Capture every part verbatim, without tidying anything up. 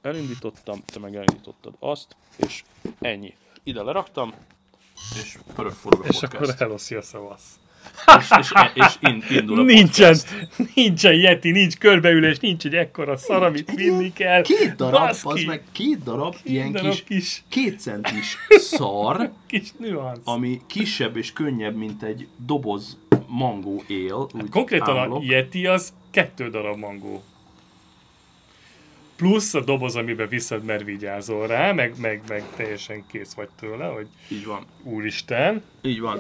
elindítottam, te meg elindítottad azt, és ennyi. Ide leraktam, és pörög forog a és podcast. akkor hello, szavasz. És, és, és in, indul a Nincsen, podcast. nincsen Yeti, nincs körbeülés, nincs egy ekkora szar, amit vinni kell. Két darab, Baszki. az meg két darab Két ilyen darab kis, kis- két centis szar, Kis nüansz. ami kisebb és könnyebb, mint egy doboz mangó él. Úgy Konkrétan ámlok. a Yeti az kettő darab mangó. Plusz a doboz, amiben viszed, mert vigyázol rá, meg, meg, meg teljesen kész vagy tőle, hogy Így van. úristen. Így van.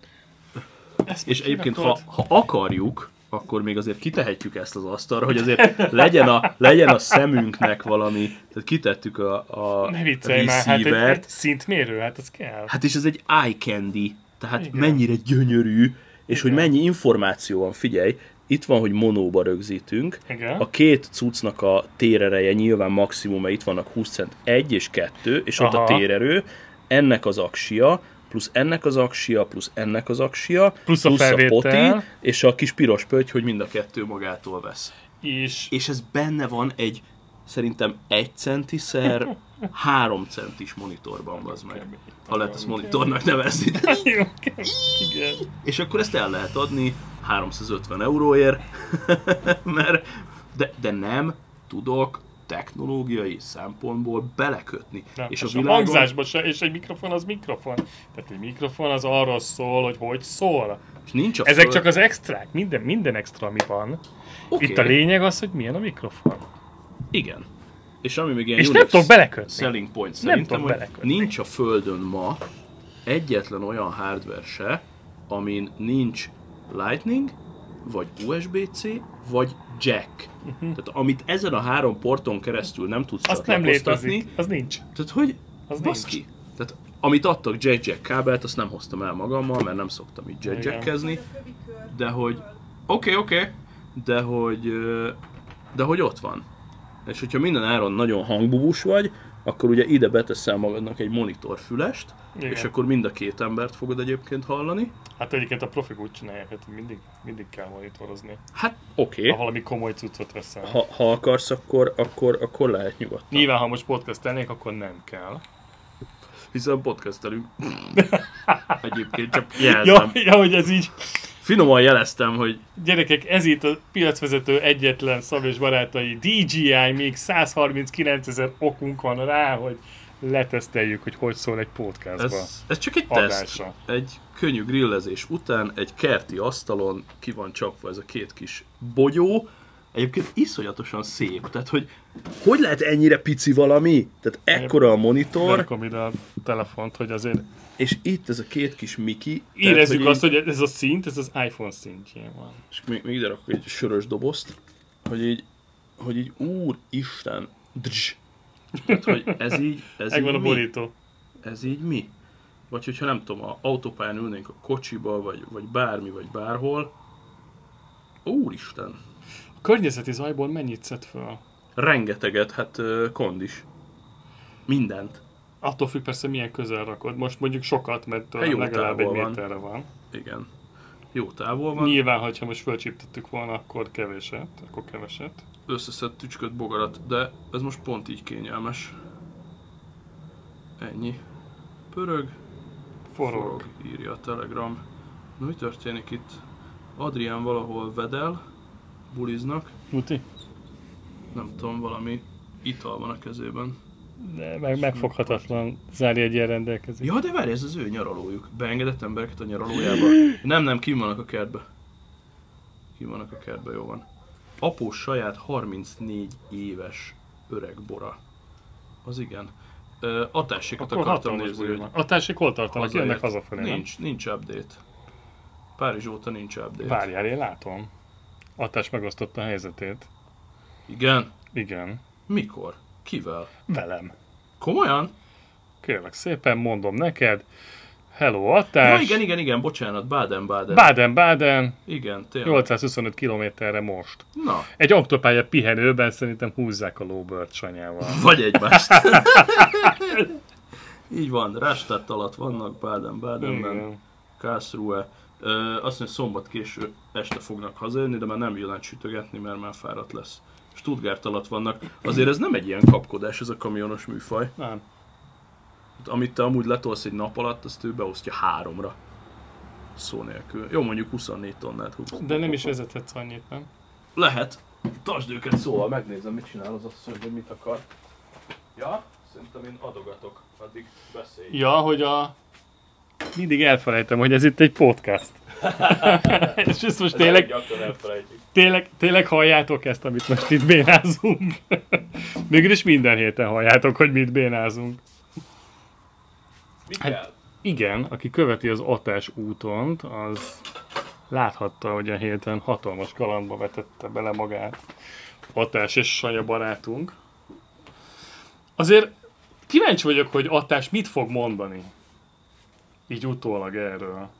Ezt És most egyébként, ha, kirakod? ha akarjuk, akkor még azért kitehetjük ezt az asztalra, hogy azért legyen a, legyen a szemünknek valami, tehát kitettük a, a Ne viccelj már, hát egy, receivert. egy szintmérő, hát az kell. Hát és ez egy eye candy, tehát Igen. Igen. mennyire gyönyörű, és Igen. hogy mennyi információ van, figyelj, itt van, hogy monóba rögzítünk, Igen. a két cuccnak a térereje nyilván maximum, mert itt vannak húsz cent egy és kettő, és ott Aha. a térerő, ennek az aksia, plusz ennek az aksia, plusz ennek az aksia, Plusz a plusz a felvétel. poti, és a kis piros pötty, hogy mind a kettő magától vesz. És És ez benne van egy, szerintem egy centiszer, három centis monitorban, az meg. Ha lehet ezt monitornak nevezni. jó, igen. És akkor ezt el lehet adni háromszázötven euróért, mert, de, de nem tudok technológiai szempontból belekötni. Nem, és és a a világon... hangzásban se, és egy mikrofon az mikrofon. Tehát egy mikrofon az arról szól, hogy hogy szól. És nincs a Ezek föld... csak az extrák, minden, minden extra, ami van. Oké, Itt a lényeg az, hogy milyen a mikrofon. Igen. És ami még ilyen És nem unique tudok belekötni. selling point Nem szerintem, tudok hogy belekötni. nincs a földön ma egyetlen olyan hardware se, amin nincs Lightning, vagy u es bé cé, vagy jack. Uh-huh. Tehát amit ezen a három porton keresztül nem tudsz Azt nem csatlakoztatni, létezik. Az nincs. tehát hogy Az baszki. Tehát amit adtak jack-jack kábelt, azt nem hoztam el magammal, mert nem szoktam így jack-jackezni, de hogy oké, okay, oké, okay, de hogy ö, de hogy ott van. És hogyha minden áron nagyon hangbubus vagy, akkor ugye ide beteszel magadnak egy monitorfülest, Igen. és akkor mind a két embert fogod egyébként hallani. Hát egyébként a profik úgy csinálják, hogy mindig, mindig kell monitorozni. Hát oké, Ha okay. valami komoly cuccot veszel. ha, ha akarsz, akkor, akkor, akkor lehet nyugodtan. Nyilván, ha most podcastelnék, akkor nem kell. Hiszen podcastelünk. Egyébként csak Ja, jelzem. ja, hogy ez így. Finoman jeleztem, hogy Gyerekek, ez itt a piacvezető egyetlen Szab és barátai dé jé i, még százharminckilencezer okunk van rá, hogy leteszteljük, hogy hogy szól egy podcastba. ez, ez csak egy Adásra. teszt. Egy könnyű grillezés után egy kerti asztalon ki van csapva ez a két kis bogyó. Egyébként iszonyatosan szép. Tehát, hogy hogy lehet ennyire pici valami? Tehát ekkora a monitor, Rakom ide a telefont, hogy azért és itt ez a két kis Miki. érezzük tehát, azt, hogy ez a szint, ez az iPhone szintjén van. És még, még ide rakok egy sörös dobozt, hogy így, hogy így úristen, dzs. Tehát, hogy ez így, ez Megvan így a mi? borító. Ez így mi? Vagy hogyha nem tudom, a autópályán ülnénk a kocsiba, vagy, vagy bármi, vagy bárhol. Úristen! A környezeti zajból mennyit szed föl? Rengeteget, hát uh, kondis. Mindent. Attól függ persze milyen közel rakod. Most mondjuk sokat, mert tőlem jó legalább egy távol van. méterre van. Igen. Jó távol van. Nyilván, hogyha most fölcsíptettük volna, akkor keveset, akkor keveset. Összeszed tücsköt, bogarat, de ez most pont így kényelmes. Ennyi. Pörög, Forog. forog, írja a Telegram. Na, mi történik itt? Adrián valahol vedel, buliznak. Muti? Nem tudom, valami ital van a kezében. De meg, megfoghatatlan zárjegyen rendelkezik. Ja, de várj, ez az ő nyaralójuk. Beengedett embereket a nyaralójába. Nem, nem, kim vannak a kertbe. Kim vannak a kertbe, jó van. Após saját harmincnégy éves öreg bora. Az igen. Uh, Atásékat Akkor akartam hatalmas nézni, buli hogy van. A társik hol tartanak? hazaért. Jönnek hazafelé, nem? Nincs, nincs update. Párizs óta nincs update. Várjál, én látom. Attás megosztotta a helyzetét. Igen? Igen. Mikor? Kivel? Velem. Komolyan? Kérlek szépen, mondom neked. Hello, Attás. Ja, igen, igen, igen, bocsánat, Baden-Baden. Baden-Baden, Igen, tényleg. nyolcszázhuszonöt kilométerre most. Na, Egy autópálya pihenőben szerintem húzzák a lóbört sanyával. vagy egymást. Így van, Rastatt alatt vannak Baden-Badenben, Igen. Karlsruhe. Ö, azt mondja, szombat késő este fognak hazajönni, de már nem jön át sütögetni, mert már fáradt lesz. Stuttgart alatt vannak. Azért ez nem egy ilyen kapkodás, ez a kamionos műfaj. Nem. Amit te amúgy letolsz egy nap alatt, azt ő beosztja háromra. Szó nélkül. Jó, mondjuk huszonnégy tonnát húz. De nem is vezethetsz annyit, nem? Lehet. Tartsd őket szóval, megnézem, mit csinál az asszony, hogy mit akar. Ja, szerintem én adogatok, addig beszélj. Ja, hogy a... Mindig elfelejtem, hogy ez itt egy podcast. És ezt most tényleg, gyakran elfelejtjük. tényleg, tényleg halljátok ezt, amit most itt bénázunk. Mégis minden héten halljátok, hogy mit bénázunk. Mit Hát, kell? igen, aki követi az Atás útont, az láthatta, hogy a héten hatalmas kalandba vetette bele magát Atás és Sanya barátunk. Azért kíváncsi vagyok, hogy Atás mit fog mondani. Így utólag erről.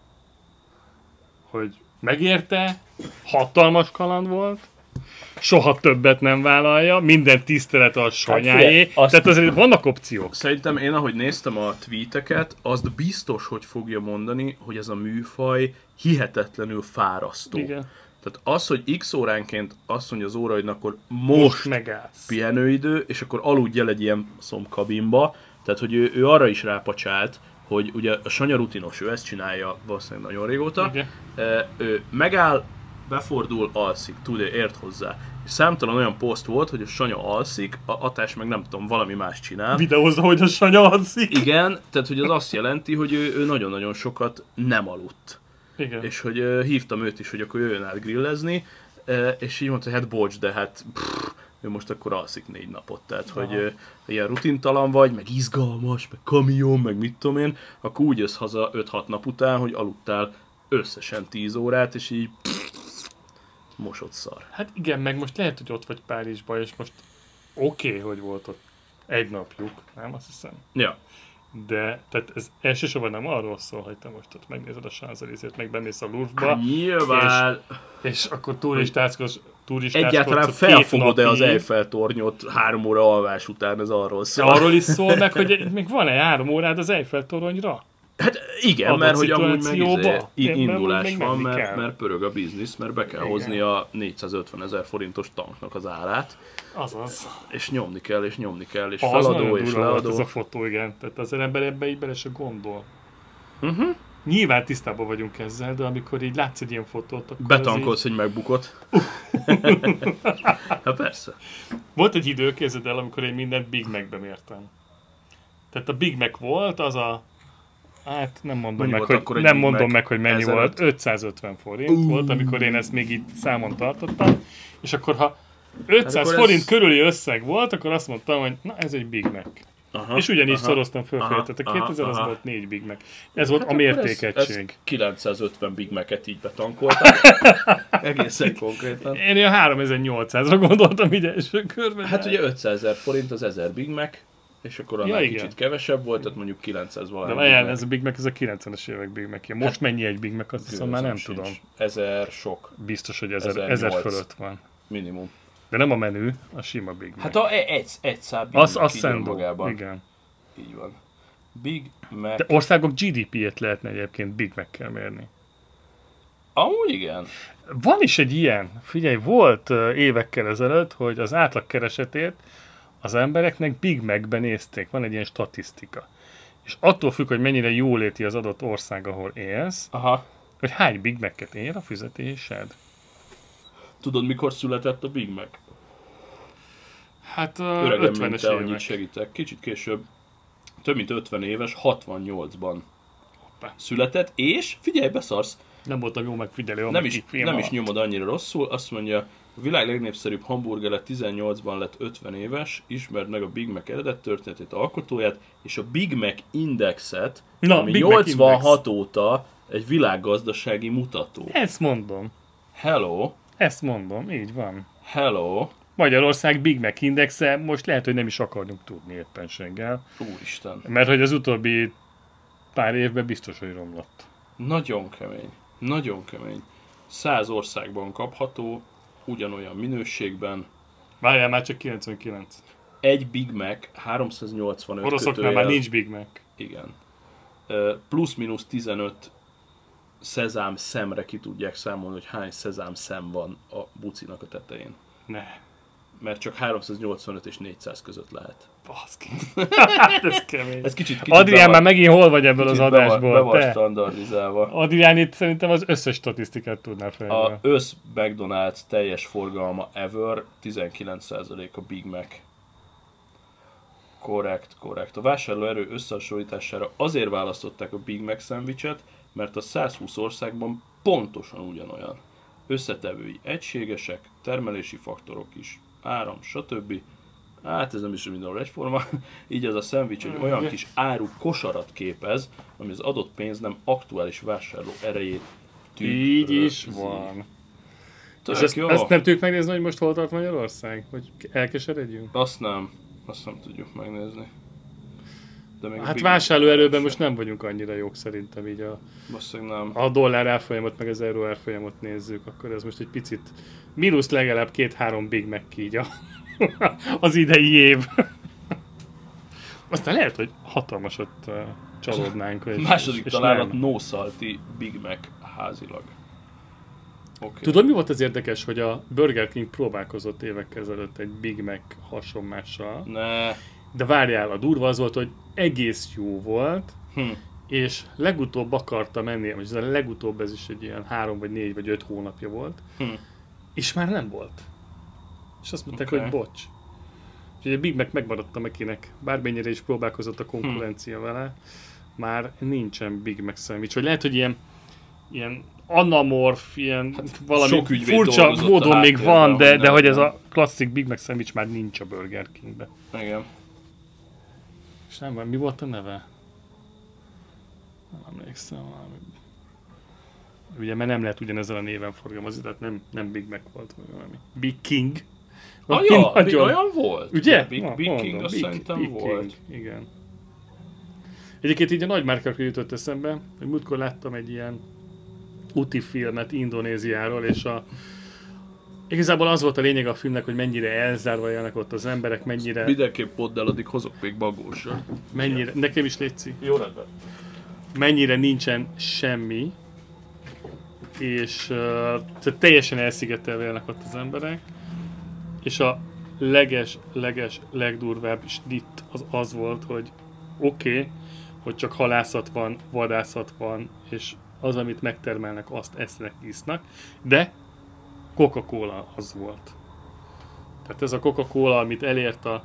Hogy megérte, hatalmas kaland volt, soha többet nem vállalja, minden tisztelet a Sanyáé. figyelj, azt- Tehát azért vannak opciók. Szerintem én, ahogy néztem a tweeteket, azt biztos, hogy fogja mondani, hogy ez a műfaj hihetetlenül fárasztó. Igen. Tehát az, hogy x óránként azt mondja az óra, hogy na akkor Most most megállsz. pihenőidő, és akkor aludj el egy ilyen szomkabinba, tehát hogy ő, ő arra is rápacsált, hogy ugye a Sanya rutinos, ő ezt csinálja valószínűleg nagyon régóta, Igen. e, ő megáll, befordul, alszik, tud, ért hozzá. És számtalan olyan poszt volt, hogy a Sanya alszik, a Atás meg nem tudom, valami más csinál. Videózza, hogy a Sanya alszik. Igen, tehát hogy az azt jelenti, hogy ő, ő nagyon-nagyon sokat nem aludt. Igen. És hogy uh, hívtam őt is, hogy akkor jöjjön át grillezni, uh, és így mondta, hogy hát bocs, de hát pff, ő most akkor alszik négy napot. Tehát, Aha. hogy uh, ilyen rutintalan vagy, meg izgalmas, meg kamion, meg mit tudom én, akkor úgy jössz haza öt-hat nap után, hogy aludtál összesen tíz órát, és így pff, mosott szar. Hát igen, meg most lehet, hogy ott vagy Párizsban, és most oké, okay, hogy volt ott egy napjuk, nem azt hiszem. Ja. De, tehát ez elsősorban nem arról szól, hogy te most ott megnézed a Champs-Élysées, meg bemész a Louvre-ba, Nyilván. és akkor turistázkodsz, turistázkodsz Egyáltalán ott felfogod-e két az napig. Eiffel-tornyot három óra alvás után, ez arról De szól. arról is szól meg, hogy még van-e három órád az Eiffel-toronyra? Hát igen, adott mert hogy amúgy meg szituációba. izé, Mert indulás még van, menni mert, kell. mert pörög a biznisz, mert be kell Igen. hozni a négyszázötven ezer forintos tanknak az árát, Azaz. és nyomni kell, és nyomni kell, és Az feladó, nagyon és durva volt leadó. ez a fotó, igen. Tehát az ember ebbe így bele se gondol. Uh-huh. Nyilván tisztában vagyunk ezzel, de amikor így látsz egy ilyen fotót, akkor Betankolsz egy megbukott. Hát persze. így... Volt egy idő, képzeld el, amikor én mindent Big Mac-be mértem. Tehát a Big Mac volt, az a... Hát nem mondom, Mennyi meg, volt hogy, akkor egy nem Big mondom Mac? meg, hogy mennyi ezeröt? volt. ötszázötven forint uh. volt, amikor én ezt még így számon tartottam. És akkor ha ötszáz Hát akkor forint ez- körüli összeg volt, akkor azt mondtam, hogy na ez egy Big Mac. Aha, És ugyanígy aha, szoroztam fölfelé, aha, tehát a aha, kétezer az aha. volt négy Big Mac. Ez volt Hát a akkor ez- mértékegység. Ez kilencszázötven Big Mac-et így betankoltak. Egészen konkrétan. Én ilyen háromezer-nyolcszázra gondoltam így első körben. Hát de- ugye ötszázezer forint az ezer Big Mac, és akkor annál Ja, ja, igen. kicsit kevesebb volt, tehát mondjuk kilencszáz De valahány várjál, Big Mac. ez a Big Mac, ez a kilencvenes évek Big Mac. Most mennyi egy Big Mac, azt hiszem már nem Gőzöm tudom. sincs. Ezer sok, Biztos, hogy ezer, ezer ezer nyolc. fölött van. minimum. De nem a menü, a sima Big Mac. Hát a e- egy, egy szál Big az, Mac az így van szendó. magában. Igen. Így van. Big Mac. De országok gé dé pé-et lehetne egyébként Big Mac-kel mérni. Amúgy igen. Van is egy ilyen, figyelj, volt uh, évekkel ezelőtt, hogy az átlag keresetét az embereknek Big Mac-ben nézték. Van egy ilyen statisztika. És attól függ, hogy mennyire jóléti az adott ország, ahol élsz, Aha. hogy hány Big Mac-et ér a fizetésed. Tudod, mikor született a Big Mac? Hát uh, Öregem, mint ötvenes te, annyit évek. segítek. Kicsit később. Több mint ötven éves, hatvannyolcban Hoppá. született, és figyelj, beszarsz, Nem voltam jó megfigyelő. nem is, film nem alatt. is nyomod annyira rosszul, azt mondja, a világ legnépszerűbb hamburgere tizennyolcban lett ötven éves, ismerd meg a Big Mac eredet történetét, alkotóját, és a Big Mac Indexet, Na, ami Big Mac nyolcvanhat óta egy világgazdasági mutató. Ezt mondom. Hello, Ezt mondom, így van. hello, Magyarország Big Mac indexe most lehet, hogy nem is akarunk tudni éppenséggel, úristen, mert hogy az utóbbi pár évben biztos, hogy romlott. nagyon kemény, nagyon kemény. Száz országban kapható, ugyanolyan minőségben, Várjál, már csak kilencvenkilenc. egy Big Mac háromszáznyolcvanöt Oroszoknál kötőjel, már nincs Big Mac. igen. Ö, plusz-minusz tizenöt szezám szemre ki tudják számolni, hogy hány szezám szem van a bucinak a tetején. Ne. mert csak háromszáznyolcvanöt és négyszáz között lehet. Baszki. Hát ez kemény. Ez kicsit, kicsit Adrián bevar, már megint hol vagy ebből az adásból? Be van te? standardizálva. Adrián itt szerintem az összes statisztikát tudná fejlődni. A össz McDonald's teljes forgalma ever tizenkilenc százalék a Big Mac. Korrekt, korrekt. A vásárlóerő összehasonlítására azért választották a Big Mac szendvicset, mert a százhúsz országban pontosan ugyanolyan. Összetevői egységesek, termelési faktorok is, áram, stb. Hát ez nem is mindenhol egyforma. Így ez a szendvics egy olyan kis áru kosarat képez, ami az adott pénz nem aktuális vásárló erejét tükrözi. Így is van. Tök És ezt, jó. ezt nem tudjuk megnézni, hogy most hol tart Magyarország? Hogy elkeseredjünk? Azt nem. Azt nem tudjuk megnézni. De még Hát vásárlóerőben most nem vagyunk annyira jók szerintem, így a, nem. a dollár árfolyamot meg az euró árfolyamot nézzük, akkor ez most egy picit mínusz legalább két-három Big Mac így a, az idei év. Aztán lehet, hogy hatalmasat uh, csalódnánk. És, Második és találat nem. no salty Big Mac házilag. Okay. Tudod, mi volt az érdekes, hogy a Burger King próbálkozott évekkel ezelőtt egy Big Mac hasonmással. Ne. De várjál, a durva az volt, hogy egész jó volt, Hm. és legutóbb akarta menni, és ez a legutóbb ez is egy ilyen három vagy négy vagy öt hónapja volt, Hm. és már nem volt. És azt mondták, Okay. hogy bocs. Úgyhogy a Big Mac megmaradt a Mac-nek, bármennyire is próbálkozott a konkurencia hm. vele, már nincsen Big Mac szendvics. Vagy lehet, hogy ilyen, ilyen anamorf, ilyen hát valami furcsa módon még van, de, de hogy ez a klasszik Big Mac szendvics már nincs a Burger Kingben. Igen. És nem, mi volt a neve? Nem emlékszem valami. Ugye, mert nem lehet ugyanezzel a néven forgalmazni, tehát nem, nem Big Mac volt, vagy valami. Big King. Ah, ja, nagyon... olyan volt? Ugye? Big, Na, Big mondom, King, azt Big, szerintem Big volt. King. Igen. Egyébként így a nagy márkákra jutott eszembe, hogy múltkor láttam egy ilyen úti filmet Indonéziáról, és a igazából az volt a lényeg a filmnek, hogy mennyire elzárva élnek ott az emberek, mennyire... Mindenképp podd el, addig hozok még bagósra. Mennyire... Nekem is létszik. Jó rendben. Mennyire nincsen semmi, és uh, teljesen elszigetelve élnek ott az emberek, és a leges, leges, legdurvább snitt az az volt, hogy oké, okay, hogy csak halászat van, vadászat van, és az, amit megtermelnek, azt esznek, isznak, de Coca-Cola az volt. Tehát ez a Coca-Cola, amit elért a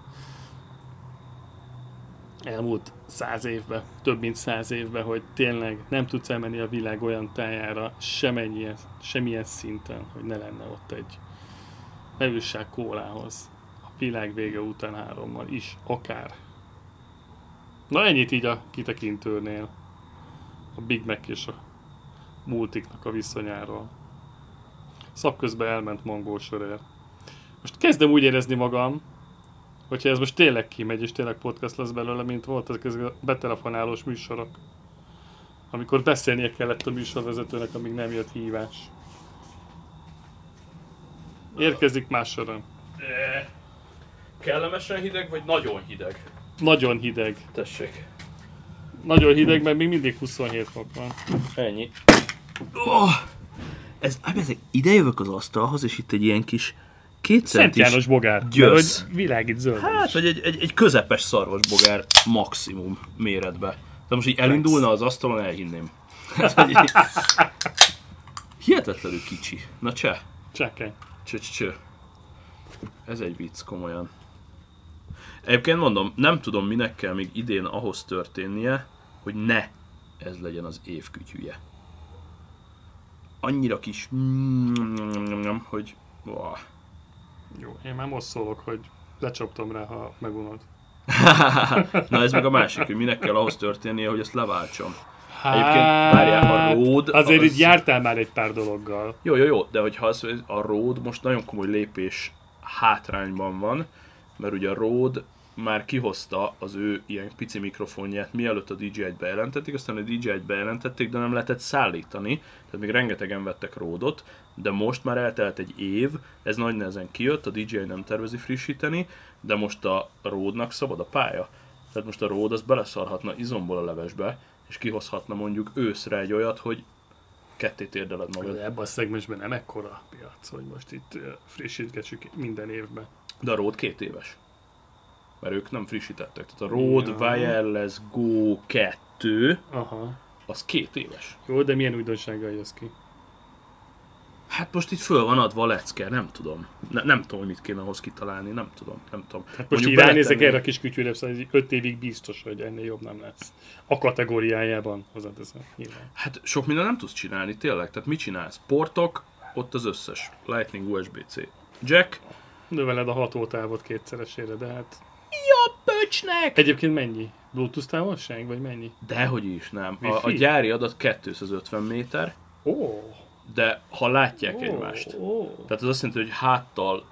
elmúlt száz évben, több mint száz évben, hogy tényleg nem tudsz elmenni a világ olyan tájára semmilyen, semmilyen szinten, hogy ne lenne ott egy nevűsság kólához. A világ vége után hárommal is, akár. Na ennyit így a kitekintőnél. A Big Mac és a multiknak a viszonyáról. Szakközben elment mongol sorér. Most kezdem úgy érezni magam, hogyha ez most tényleg kimegy, és tényleg podcast lesz belőle, mint volt ezek a betelefonálós műsorok. Amikor beszélnie kellett a műsorvezetőnek, amíg nem jött hívás. Érkezik más soron. E, kellemesen hideg, vagy nagyon hideg? Nagyon hideg. Tessék. Nagyon hideg, mert még mindig huszonhét fok van. Ennyi. Oh, ez, ez, ide jövök az asztalhoz, és itt egy ilyen kis két Szent centis János bogár. gyösz. Mert, hogy világít zöld. Hát, vagy egy, egy, egy közepes szarvasbogár maximum méretbe. De most így elindulna az asztalon, elhinném. Hát, hogy így... Hihetetlenül kicsi. Na cseh. Csekej. Csö, csö, csö. Ez egy vicc, komolyan. Egyébként mondom, nem tudom, minek kell még idén ahhoz történnie, hogy ne ez legyen az év kütyüje. Annyira kis, hogy... Wow. Jó, én már most szólok, hogy lecsaptam rá, ha megunod. Na ez meg a másik, hogy minek kell ahhoz történnie, hogy ezt leváltsam. Hát, Egyébként várjál, a Rode... azért az... így jártál már egy pár dologgal. Jó, jó, jó, de hogyha az, a Rode most nagyon komoly lépés hátrányban van, mert ugye a Rode már kihozta az ő ilyen pici mikrofonját, mielőtt a dé jé egy bejelentették, aztán a dé jé egy bejelentették, de nem lehetett szállítani, tehát még rengetegen vettek Rode-ot, de most már eltelt egy év, ez nagy nehezen kijött, a dé jé nem tervezi frissíteni, de most a Rode-nak szabad a pálya. Tehát most a Rode az beleszarhatna izomból a levesbe, és kihozhatna mondjuk őszre egy olyat, hogy ketté térdeled magad. Ebben a szegmensben nem ekkora a piac, hogy most itt frissítgessük minden évben. De a Rode két éves. Mert ők nem frissítettek. Tehát a Rode ja. Wireless Go kettő, Aha. az két éves. Jó, de milyen újdonsággal jössz ki? Hát most itt föl van adva a lecke, nem tudom. Ne, nem tudom, hogy mit kéne ahhoz kitalálni, nem tudom, nem tudom. Hát most így ránézek erre a kis kütyűre, szóval öt évig biztos, hogy ennél jobb nem lesz. A kategóriájában hozzáteszem. Hát sok minden nem tudsz csinálni, tényleg. Tehát mit csinálsz? Portok, ott az összes. Lightning, u es bé cé. Jack. Növeled a hatótávot kétszeresére, de hát... Jobb pöcsnek! Egyébként mennyi? Bluetooth távolság, vagy mennyi? Dehogy is nem. A, a gyári adat kétszázötven méter. Ó! Oh. De ha látják oh, egymást. Oh. Tehát az azt jelenti, hogy háttal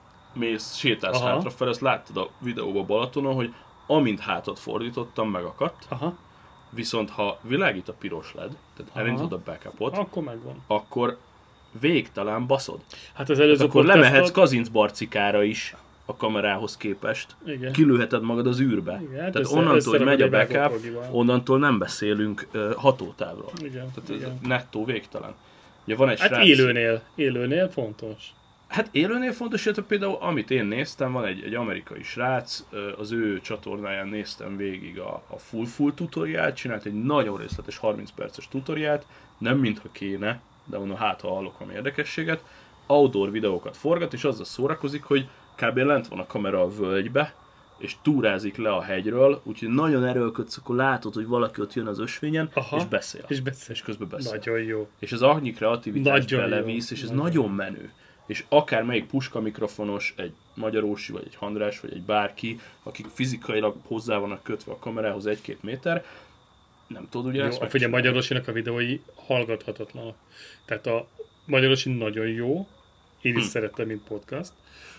mész, sétálsz hátrafelé, azt láttad a videóban Balatonon, hogy amint hátat fordítottam, megakadt. Aha. Viszont ha világít a piros led, tehát elindítod a backupot, akkor megvan. Akkor végtelen baszod. Hát az előző hát akkor podcastot... lemehetsz Kazincbarcikára is a kamerához képest. Igen. Kilőheted magad az űrbe. Igen, tehát össze, onnantól, hogy megy a backup, backup, onnantól nem beszélünk uh, hatótávról. Igen. Tehát Igen. nettó végtelen. Ugye van egy hát srác... élőnél, élőnél fontos. Hát élőnél fontos, hogy például amit én néztem, van egy, egy amerikai srác, az ő csatornáján néztem végig a, a full full tutoriát, csinált egy nagyon részletes harminc perces tutoriát, nem mintha kéne, de mondom, hát ha hallok valami érdekességet, outdoor videókat forgat, és azzal szórakozik, hogy kb. Lent van a kamera a völgybe, és túrázik le a hegyről, úgyhogy nagyon erőlködsz, akkor látod, hogy valaki ott jön az ösvényen, aha, és beszél. És beszél. És közben beszél. Nagyon jó. És az annyi kreativitást nagyon belevisz, jó. és ez nagyon, nagyon menő. És akár melyik puska mikrofonos, egy Magyarósi, vagy egy Handrás, vagy egy bárki, akik fizikailag hozzá vannak kötve a kamerához egy-két méter, nem tudod ugye ezt megcsinálni. Ugye Magyarosinak a videói hallgathatatlanak. Tehát a Magyarosi nagyon jó, én is hm. szerettem, mint podcast,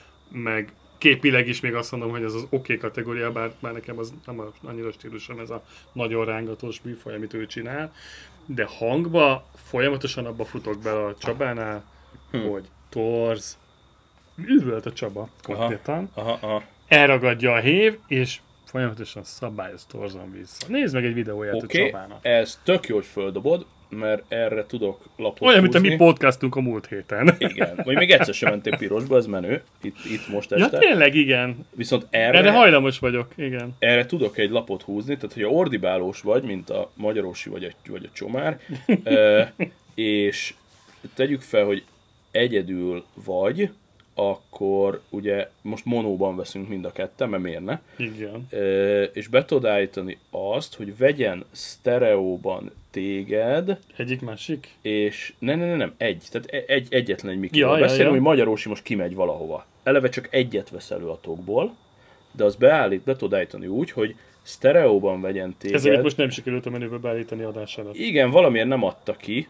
meg képileg is még azt mondom, hogy ez az oké okay kategória, bár, bár nekem az nem annyira stílusom, ez a nagyon rángatós műfaj, amit ő csinál, de hangba folyamatosan abba futok bele a Csabánál, hm. hogy torz, üvölt a Csaba konkrétan, aha, aha. elragadja a hév, és folyamatosan szabályoz torzon vissza. Nézd meg egy videóját okay, a Csabának. Ez tök jó, hogy földobod, mert erre tudok lapot olyan, húzni. mint a mi podcastunk a múlt héten. Igen, vagy még egyszer sem mentél pirosba, ez menő, itt, itt most este. Ja tényleg, igen. Viszont erre, erre hajlamos vagyok, igen. Erre tudok egy lapot húzni, tehát hogy a ordibálós vagy, mint a Magyarósi vagy a, vagy a Csomár, e, és tegyük fel, hogy egyedül vagy, akkor ugye most monóban veszünk mind a ketten, mert miért ne? Igen. E, és be tudod állítani azt, hogy vegyen sztereóban téged. Egyik másik? És ne, ne, ne, nem, egy. Tehát egy, egyetlen egy mikróval ja, beszélünk, ja, ja. hogy Magyarósi most kimegy valahova. Eleve csak egyet vesz elő a tokból, de az beállít, be tudod állítani úgy, hogy sztereóban vegyen téged. Ezért most nem sikerült a menübe beállítani adás alatt. Igen, valamiért nem adta ki.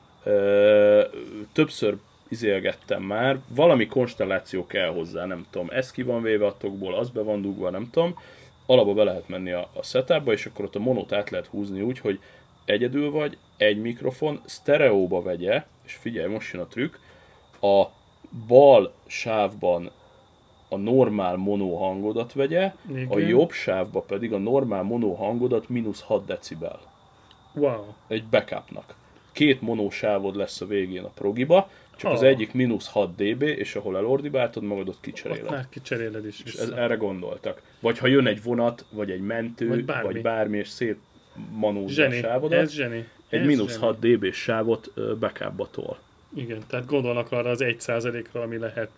Ö, többször izélgettem már, valami konstelláció kell hozzá, nem tudom, ez ki van véve a tokból, az be van dugva, nem tudom. Alapba be lehet menni a, a setupba, és akkor ott a monót át lehet húzni úgy, hogy egyedül vagy, egy mikrofon, sztereóba vegye, és figyelj, most jön a trükk, a bal sávban a normál mono hangodat vegye, igen. A jobb sávba pedig a normál mono hangodat mínusz hat decibel. Wow. Egy backupnak. Két mono sávod lesz a végén a progiba, csak oh. az egyik mínusz hat dB, és ahol elordibáltod magad, ott kicseréled. Ott már kicseréled is. És ez, erre gondoltak. Vagy ha jön egy vonat, vagy egy mentő, vagy bármi, vagy bármi és szét manózza a sávodat, ez zseni. Egy mínusz hat dB-s sávot backupba tol. Igen, tehát gondolnak arra az egy százalékra, ami lehet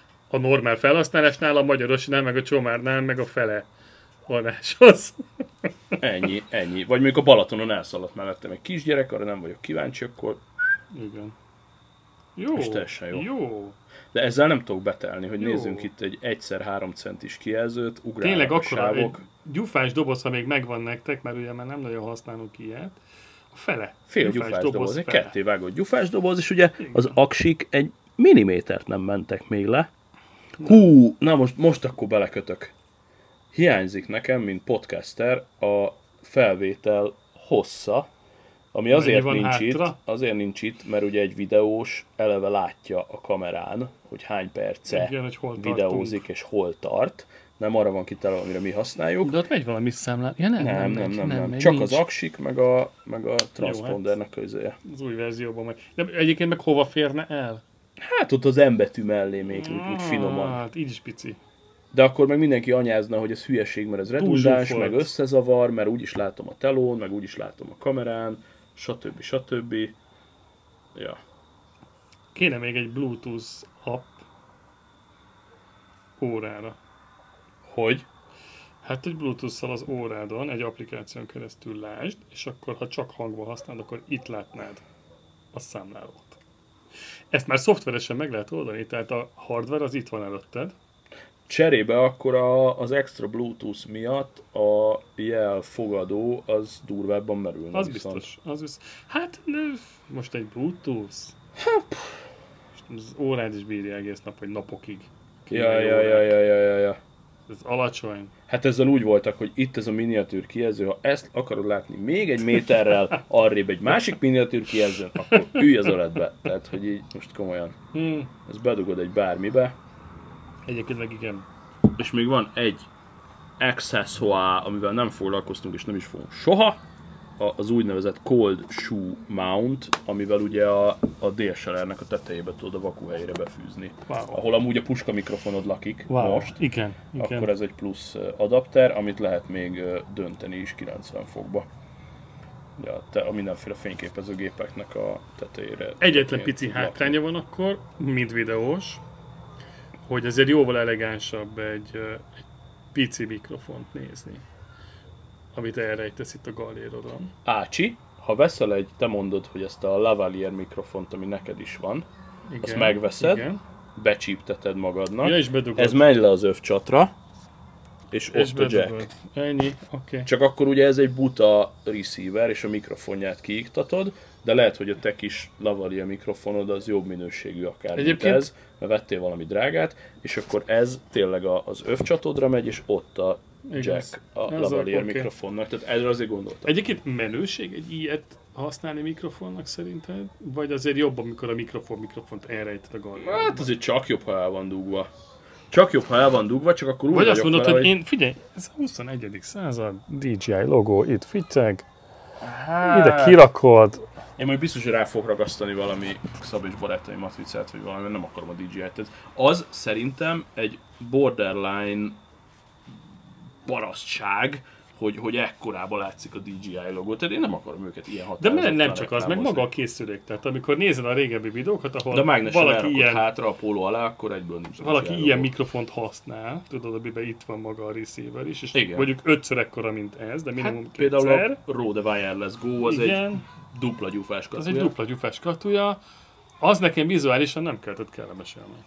a normál felhasználásnál, a Magyarosinál, meg a Csomárnál, meg a fele vonáshoz. Ennyi, ennyi. Vagy mondjuk a Balatonon elszaladt mellettem egy kisgyerek, arra nem vagyok kíváncsi, akkor... Igen. Jó, és teljesen jó. jó. De ezzel nem tudok betelni, hogy jó. Nézzünk itt egy egyszer három centis kijelzőt, ugrálnak tényleg a sávok. Egy gyufás doboz, ha még megvan nektek, mert ugye már nem nagyon használunk ilyet, a fele. Fél gyufás, gyufás doboz, doboz egy ketté vágott gyufás doboz, és ugye igen. Az aksik egy millimétert nem mentek még le. Hú, na most, most akkor belekötök. Hiányzik nekem, mint podcaster, a felvétel hossza, ami azért nincs, itt, azért nincs itt, mert ugye egy videós eleve látja a kamerán, hogy hány perce igen, hogy videózik tartunk. És hol tart. Nem arra van kitalálva, amire mi használjuk. De ott megy valami számlát. Ja, nem, nem, nem, nem, nem, nem, nem, nem. Csak nincs. az aksik, meg a, meg a transpondernek közéje. Az új verzióban majd. De egyébként meg hova férne el? Hát ott az M betű mellé még úgy, úgy finoman. Hát így is pici. De akkor meg mindenki anyázna, hogy ez hülyeség, mert ez redundáns, meg összezavar, mert úgyis látom a telón, meg úgyis látom a kamerán, stb. stb. Ja. Kéne még egy Bluetooth app órára. Hogy? Hát egy Bluetooth-szal az órádon egy applikáción keresztül lásd, és akkor ha csak hangban használod, akkor itt látnád a számlálót. Ezt már szoftveresen meg lehet oldani, tehát a hardware az itt van előtted. Cserébe akkor a, az extra Bluetooth miatt a jelfogadó az durvábban merülne. Az viszont. biztos, az biztos. Hát most egy Bluetooth. Most az órád is bírja egész nap, vagy napokig. Ja, ja, ja, ja, ja, ja, ja. Ez alacsony. Hát ezzel úgy voltak, hogy itt ez a miniatűr kijelző, ha ezt akarod látni még egy méterrel arrébb egy másik miniatűr kijelzőn, akkor ülj az öletbe. Tehát, hogy így most komolyan. Hmm. Ezt bedugod egy bármibe. Egyébként meg igen. És még van egy accessoire, amivel nem foglalkoztunk és nem is fogunk soha. Az úgynevezett Cold Shoe Mount, amivel ugye a, a dé es el er-nek a tetejébe tudod a vakuhelyére befűzni. Wow. Ahol amúgy a puska mikrofonod lakik Wow. most, Igen, igen. akkor ez egy plusz adapter, amit lehet még dönteni is kilencven fokba. Ja, te, a mindenféle fényképezőgépeknek a tetejére. Egyetlen pici hátránya van akkor, mint videós, hogy azért jóval elegánsabb egy, egy pici mikrofont nézni, amit elrejtesz itt a gallérodon. Ácsi, ha veszel egy, te mondod, hogy ezt a lavalier mikrofont, ami neked is van, Igen, azt megveszed, igen. becsípteted magadnak, Ja, és bedugod. ez megy le az övcsatra, és, És ott a jack. bedugod. Ennyi, oké. Okay. Csak akkor ugye ez egy buta receiver, és a mikrofonját kiiktatod, de lehet, hogy a te kis lavalier mikrofonod az jobb minőségű akár, mint ez, mert vettél valami drágát, és akkor ez tényleg a, az övcsatodra megy, és ott a Igaz. jack a Ez lavalier a- oké. mikrofonnak, tehát erre azért gondoltam. Egyébként menőség egy ilyet használni mikrofonnak szerinted? Vagy azért jobb, amikor a mikrofon mikrofont elrejted a gallérodon? Hát azért csak jobb, ha el van dugva. Csak jobb, ha el van dugva, csak akkor úgy Vagy azt vagyok mondod, vele, hogy én, figyelj, ez a huszonegyedik század, dé jé i logó, itt ficeg, Hát, ide kirakod. Én majd biztos, hogy rá fog ragasztani valami Szabics barátai matricát, vagy valami, mert nem akarom a dé jé i-t. Az szerintem egy borderline parasztság, hogy, hogy ekkorában látszik a dé jé i logó. Tehát én nem akarom őket ilyen De határozottan nem, nem csak az, meg reklámozni. maga a készülék. Tehát amikor nézed a régebbi videókat, ahol De a mágnesen valaki elrakod ilyen, hátra a póló alá, akkor egyből nincs. valaki dé jé i ilyen logó. mikrofont használ, tudod, amiben itt van maga a receiver is, és Igen. mondjuk ötször ekkora, mint ez, de minimum Hát kétszer. például a Rode Wireless Go az Igen. egy dupla gyufás Az katúja. egy dupla gyufás katúja, az nekem vizuálisan nem keltett kellemes élmény.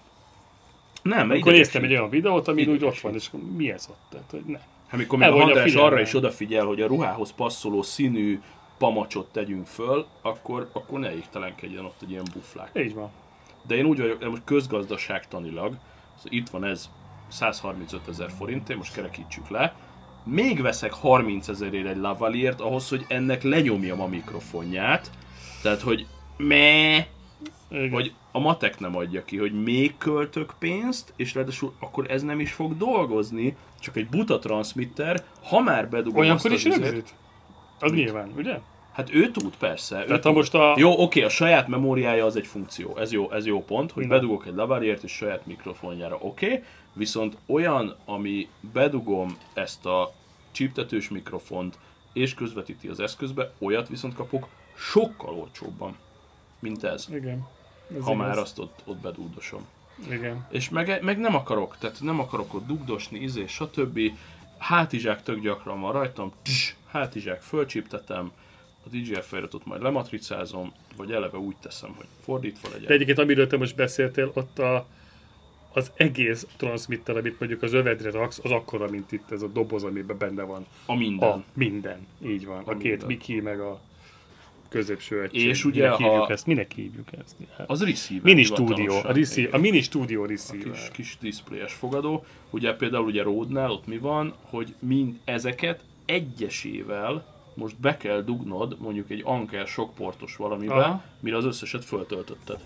Nem, Akkor néztem egy idegesít. olyan videót, ami úgy ott Idegesít. van, és akkor mi ez ott? Tehát, hogy ne. Amikor még a Elvonja a András figyelmet. arra is odafigyel, hogy a ruhához passzoló színű pamacsot tegyünk föl, akkor, akkor ne égtelenkedjen ott egy ilyen buflák. Így van. De én úgy vagyok, hogy most közgazdaságtanilag, szóval itt van ez százharmincöt ezer forint, én most kerekítsük le, még veszek harminc ezerért egy lavaliert ahhoz, hogy ennek lenyomjam a mikrofonját, tehát hogy me, Igen. vagy a matek nem adja ki, hogy még költök pénzt, és ráadásul akkor ez nem is fog dolgozni, csak egy buta transmitter, ha már bedugom Olyankor azt is az izét- rögzít? Az nyilván, ugye? Hát ő tud, persze. Ő Tehát ha tud. most a... Jó, oké, a saját memóriája az egy funkció, ez jó, ez jó pont, hogy Na. bedugok egy lavaliert és saját mikrofonjára, oké, viszont olyan, ami bedugom ezt a csíptetős mikrofont és közvetíti az eszközbe, olyat viszont kapok sokkal olcsóbban, mint ez, Igen. Ez ha igaz. már azt ott, ott bedugdosom. Igen. És meg, meg nem akarok, tehát nem akarok ott dugdosni, izé, stb. Hátizsák tök gyakran van rajtam, tss, hátizsák fölcsíptetem, a dé jé i feliratot majd lematricázom, vagy eleve úgy teszem, hogy fordítva legyen. De egyébként amiről te most beszéltél, ott a, az egész transmitter, amit mondjuk az övedre raksz, az akkora, mint itt ez a doboz, amiben benne van A minden. a minden. Így van. A, A két minden. Miki, meg a középső egység. És ugye, Minek hívjuk ha- ezt? Minek hívjuk ezt? Az receiver. Mini hivatalosan. stúdió. A, receiver, a mini stúdió A receiver. kis, kis diszpléjes fogadó. Ugye például ugye Rode-nál ott mi van, hogy mind ezeket egyesével most be kell dugnod mondjuk egy Anker sokportos valamibe, Aha. mire az összeset föltöltötted.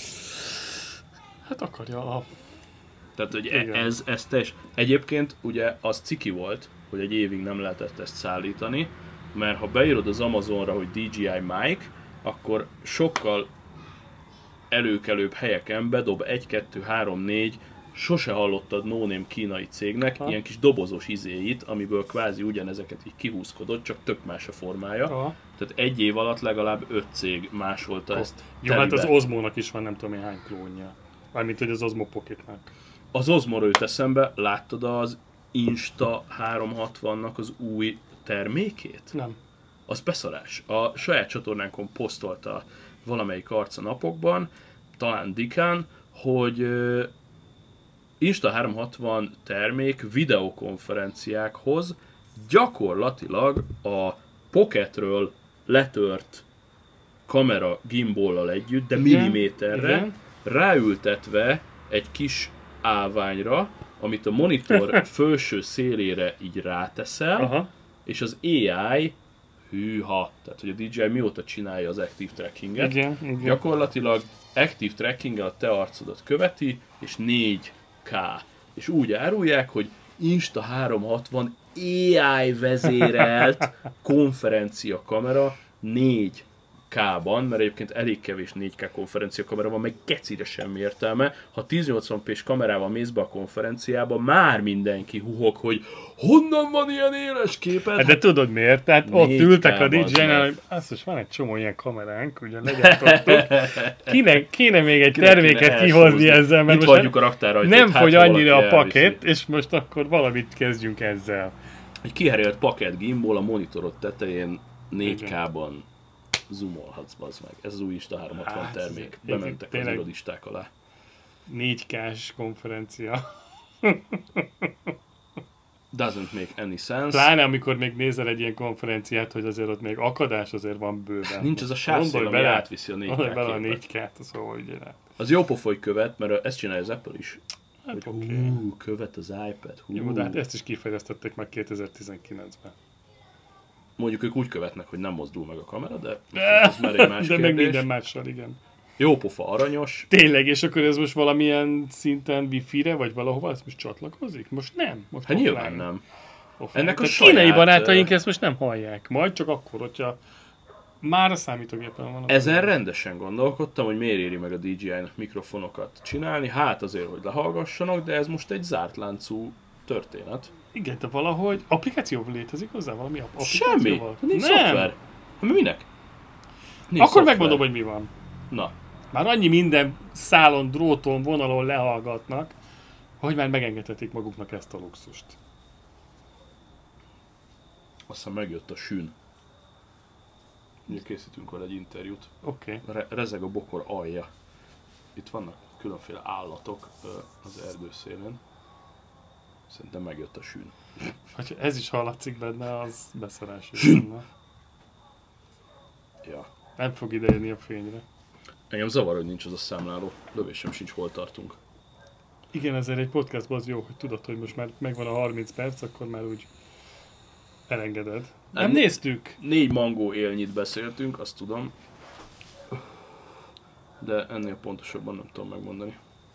Hát akarja a... Tehát, hogy Igen. e- ez, ez teljes. Egyébként ugye az ciki volt, hogy egy évig nem lehetett ezt szállítani, mert ha beírod az Amazonra, hogy dé jé i mic, akkor sokkal előkelőbb helyeken bedob egy, kettő, három, négy sose hallottad no-name kínai cégnek ha. ilyen kis dobozos izéit, amiből kvázi ugyanezeket így kihúzkodott, csak tök más a formája. Ha. Tehát egy év alatt legalább öt cég másolta Ko. ezt. Jó, hát telibe. az Osmo-nak is van nem tudom én hány klónja. Mármint, hogy az Osmo Pocketnek. Az Osmo jut eszembe, láttad az Insta háromszázhatvannak az új termékét? Nem. Az beszarás. A saját csatornánkon posztolta valamelyik arca napokban, talán Dikán, hogy uh, Insta háromszázhatvan termék videokonferenciákhoz gyakorlatilag a Pocketről letört kamera gimballal együtt, de Igen, milliméterre igen. ráültetve egy kis állványra, amit a monitor felső szélére így ráteszel, Aha. és az á i, hűha, tehát hogy a dé jé i mióta csinálja az Active Trackinget, Igen, igen. gyakorlatilag Active Trackinggel a te arcodat követi, és négy ká. És úgy árulják, hogy Insta háromszázhatvan á i vezérelt konferencia kamera négy ká-ban, mert egyébként elég kevés négy ká konferencia kamera van, meg gecire semmi értelme. Ha ezernyolcvan pés kamerával mész be a konferenciába, már mindenki huhog, hogy honnan van ilyen éles képed? Hát de tudod miért? Tehát ott négy ültek a ká-ban dé jé-nál, meg. hogy azt most van egy csomó ilyen kameránk, ugye legyártottuk. Kéne, kéne még egy Kinek kéne terméket kihozni elsózni? ezzel, mert Itt most hagyjuk a raktárrajtót, nem hát fogy ha annyira a valaki elviszi. paket, és most akkor valamit kezdjünk ezzel. Egy kiherélt paket gimbal a monitorod tetején négy ká-ban zoomolhatsz, bazd meg. Ez az új Insta háromszázhatvan Hát, termék. ez- Bementek az tényleg. irodisták alá. négy ká-s konferencia. Doesn't make any sense. Pláne amikor még nézel egy ilyen konferenciát, hogy azért ott még akadás azért van bőven. Nincs az a sávszél, Gondolj ami bele- átviszi a négy Gondolj ká bele a képet. négy ká-t, szóval ugye rá. Az jó pofoly követ, mert ezt csinálja az Apple is. Hát Hogy oké. hú, követ az iPad. Hú. Jó, de hát ezt is kifejlesztették meg kétezer-tizenkilencben. Mondjuk ők úgy követnek, hogy nem mozdul meg a kamera, de ez már egy más De meg kérdés. minden mással, igen. Jó pofa, aranyos. Tényleg, és akkor ez most valamilyen szinten wifi-re, vagy valahova ez most csatlakozik? Most nem. Most Hát offline. nyilván nem. Offline. Ennek a Tehát kínai saját, barátaink ö, ezt most nem hallják. Majd csak akkor, hogyha már a számítógépen van. Ezen rendesen gondolkodtam, hogy miért éri meg a dé jé i-nak mikrofonokat csinálni. Hát azért, hogy lehallgassanak, de ez most egy zárt láncú történet. Igen, de valahogy applikáció létezik hozzá? Valami app- Semmi. applikációval? Nincs nem. szoftver. Hát minek? Nincs Akkor szoftver. megmondom, hogy mi van. Na, Már annyi minden szálon, dróton, vonalon lehallgatnak, hogy már megengedhetik maguknak ezt a luxust. aztán megjött a sün. Ugye készítünk vele egy interjút. Oké. Okay. Re- rezeg a bokor alja. Itt vannak különféle állatok ö, az erdőszélén. Szerintem megjött a sün. Ha ez is hallatszik benne, az beszarás is benne. Ja. Nem fog idejönni a fényre. Engem zavar, hogy nincs az a számláló. Lövésem sincs, hol tartunk. Igen, ezért egy podcastban az jó, hogy tudod, hogy most már megvan a harminc perc, akkor már úgy elengeded. Nem, Nem. néztük! Négy mangó élnyit beszéltünk, azt tudom. De ennél pontosabban nem tudom megmondani.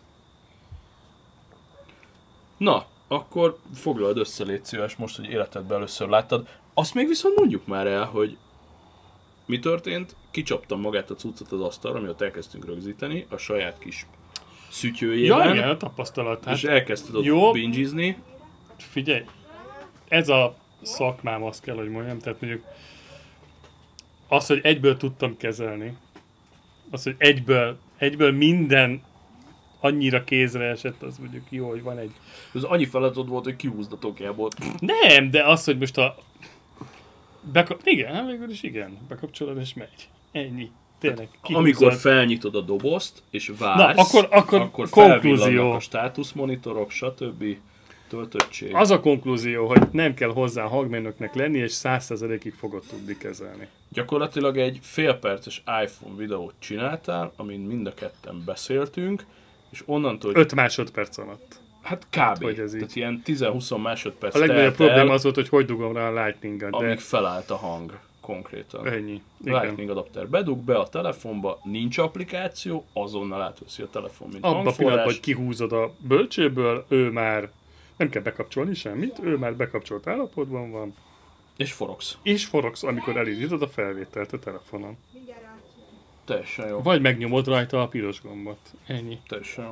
Na, akkor foglald össze, légy szíves, most, hogy életedben először láttad. Azt még viszont mondjuk már el, hogy mi történt. Kicsaptam magát a cuccot az asztalra, amiatt elkezdtünk rögzíteni, a saját kis szütyőjében. Ja, igen, a tapasztalat. Hát, És elkezdted ott jó. bingizni. figyelj, ez a szakmám, azt kell, hogy mondjam, tehát mondjuk az, hogy egyből tudtam kezelni, az, hogy egyből, egyből minden annyira kézre esett, az mondjuk jó, hogy van egy... Ez annyi feladatod volt, hogy kihúzd a tokjából. Nem, de az, hogy most a... Beka... Igen, hát végül is igen, bekapcsolod és megy. Ennyi. Tényleg. kihúzod. Amikor felnyitod a dobozt, és vársz, Na, akkor- akkor akkor konklúzió. felvillannak a státuszmonitorok, stb. Töltöttség. Az a konklúzió, hogy nem kell hozzá hangmérnöknek lenni, és száz százalékig fogod tudni kezelni. Gyakorlatilag egy félperces iPhone videót csináltál, amin mind a ketten beszéltünk, és onnantól, hogy öt másodperc alatt. hát kb. hogy ez így. Tehát ilyen tíz-húsz másodperc A legnagyobb telt probléma el, az volt, hogy hogy dugom rá a Lightning-et, de amíg felállt a hang konkrétan. ennyi. Igen. Lightning adapter bedug be a telefonba, nincs applikáció, azonnal átveszi a telefon, mint Abban a pillanatban, hangforrás. hogy kihúzod a bölcsőből, ő már nem kell bekapcsolni semmit, ő már bekapcsolt állapotban van, És forogsz. és forogsz, amikor elindítod a felvételt a telefonon. Teljesen jó. Vagy megnyomod rajta a piros gombot. Ennyi. Teljesen jó.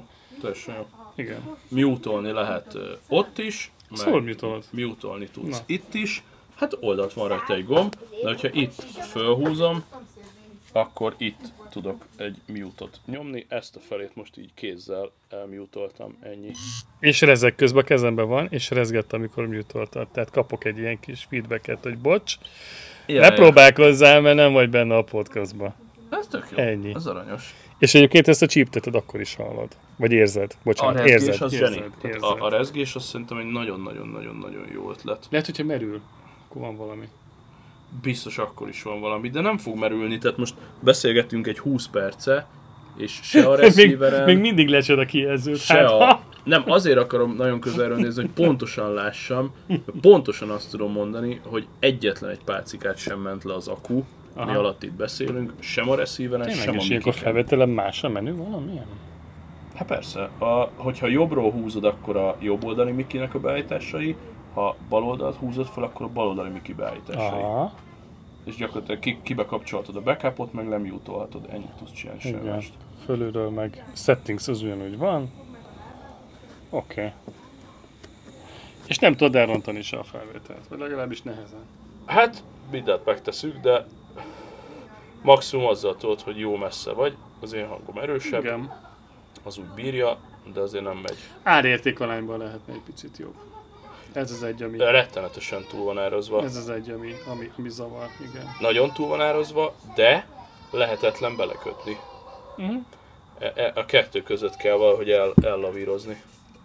Teljesen jó. Igen. Mute-olni lehet ö, ott is, Szóval mute-olod. mute-olni tudsz Na. itt is. Hát oldalt van rajta egy gomb, de hogyha itt fölhúzom, akkor itt tudok egy mute-ot nyomni. Ezt a felét most így kézzel elmute-oltam, ennyi. És rezeg közben a kezemben van, és rezgett, amikor mute-oltad. Tehát kapok egy ilyen kis feedbacket, hogy bocs, Jaj, ne próbálkozzál, mert nem vagy benne a podcastban. Ez tök jó. Ennyi. Ez aranyos. És egyébként ezt a csípteted akkor is hallod. Vagy érzed. A Bocsánat, rezgés érzed. az érzed, zseni. Tehát érzed. A, a rezgés az szerintem egy nagyon-nagyon-nagyon-nagyon jó ötlet. Lehet, hogyha merül, akkor van valami. Biztos akkor is van valami, de nem fog merülni, tehát most beszélgettünk egy húsz perce, és se a még, receiverem, még mindig lecsed a kijelzőt. se Hát, a... Nem, azért akarom nagyon közelről nézni, hogy pontosan lássam, pontosan azt tudom mondani, hogy egyetlen egy pálcikát sem ment le az akku, Aha. mi alatt itt beszélünk, sem a receiveren, tényleg, sem a és ilyenkor mikiken. felvételem más a menü valamilyen? Hát persze, a, hogyha jobbról húzod, akkor a jobb oldali mikinek a beállításai, ha bal oldalt húzod fel, akkor a bal oldali miki beállításai. Aha. És gyakorlatilag ki, kibe kapcsolhatod a backupot, meg nem jutolhatod, ennyit tudsz csinálni, semmi Igen. mást. Fölülről meg settings az ugyanúgy van. Oké. Okay. És nem tudod elrontani se a felvételt, vagy legalábbis nehezen. Hát, mindent megteszünk, de maximum azzal tudod, hogy jó messze vagy, az én hangom erősebb, Igen. az úgy bírja, de azért nem megy. Árértékarányban lehetne egy picit jobb. Ez az egy, ami, Rettenetesen túl van árazva. ez az egy, ami, ami, ami zavar, igen. Nagyon túl van árazva, de lehetetlen belekötni. Uh-huh. E- e- a kettő között kell valahogy el- ellavírozni.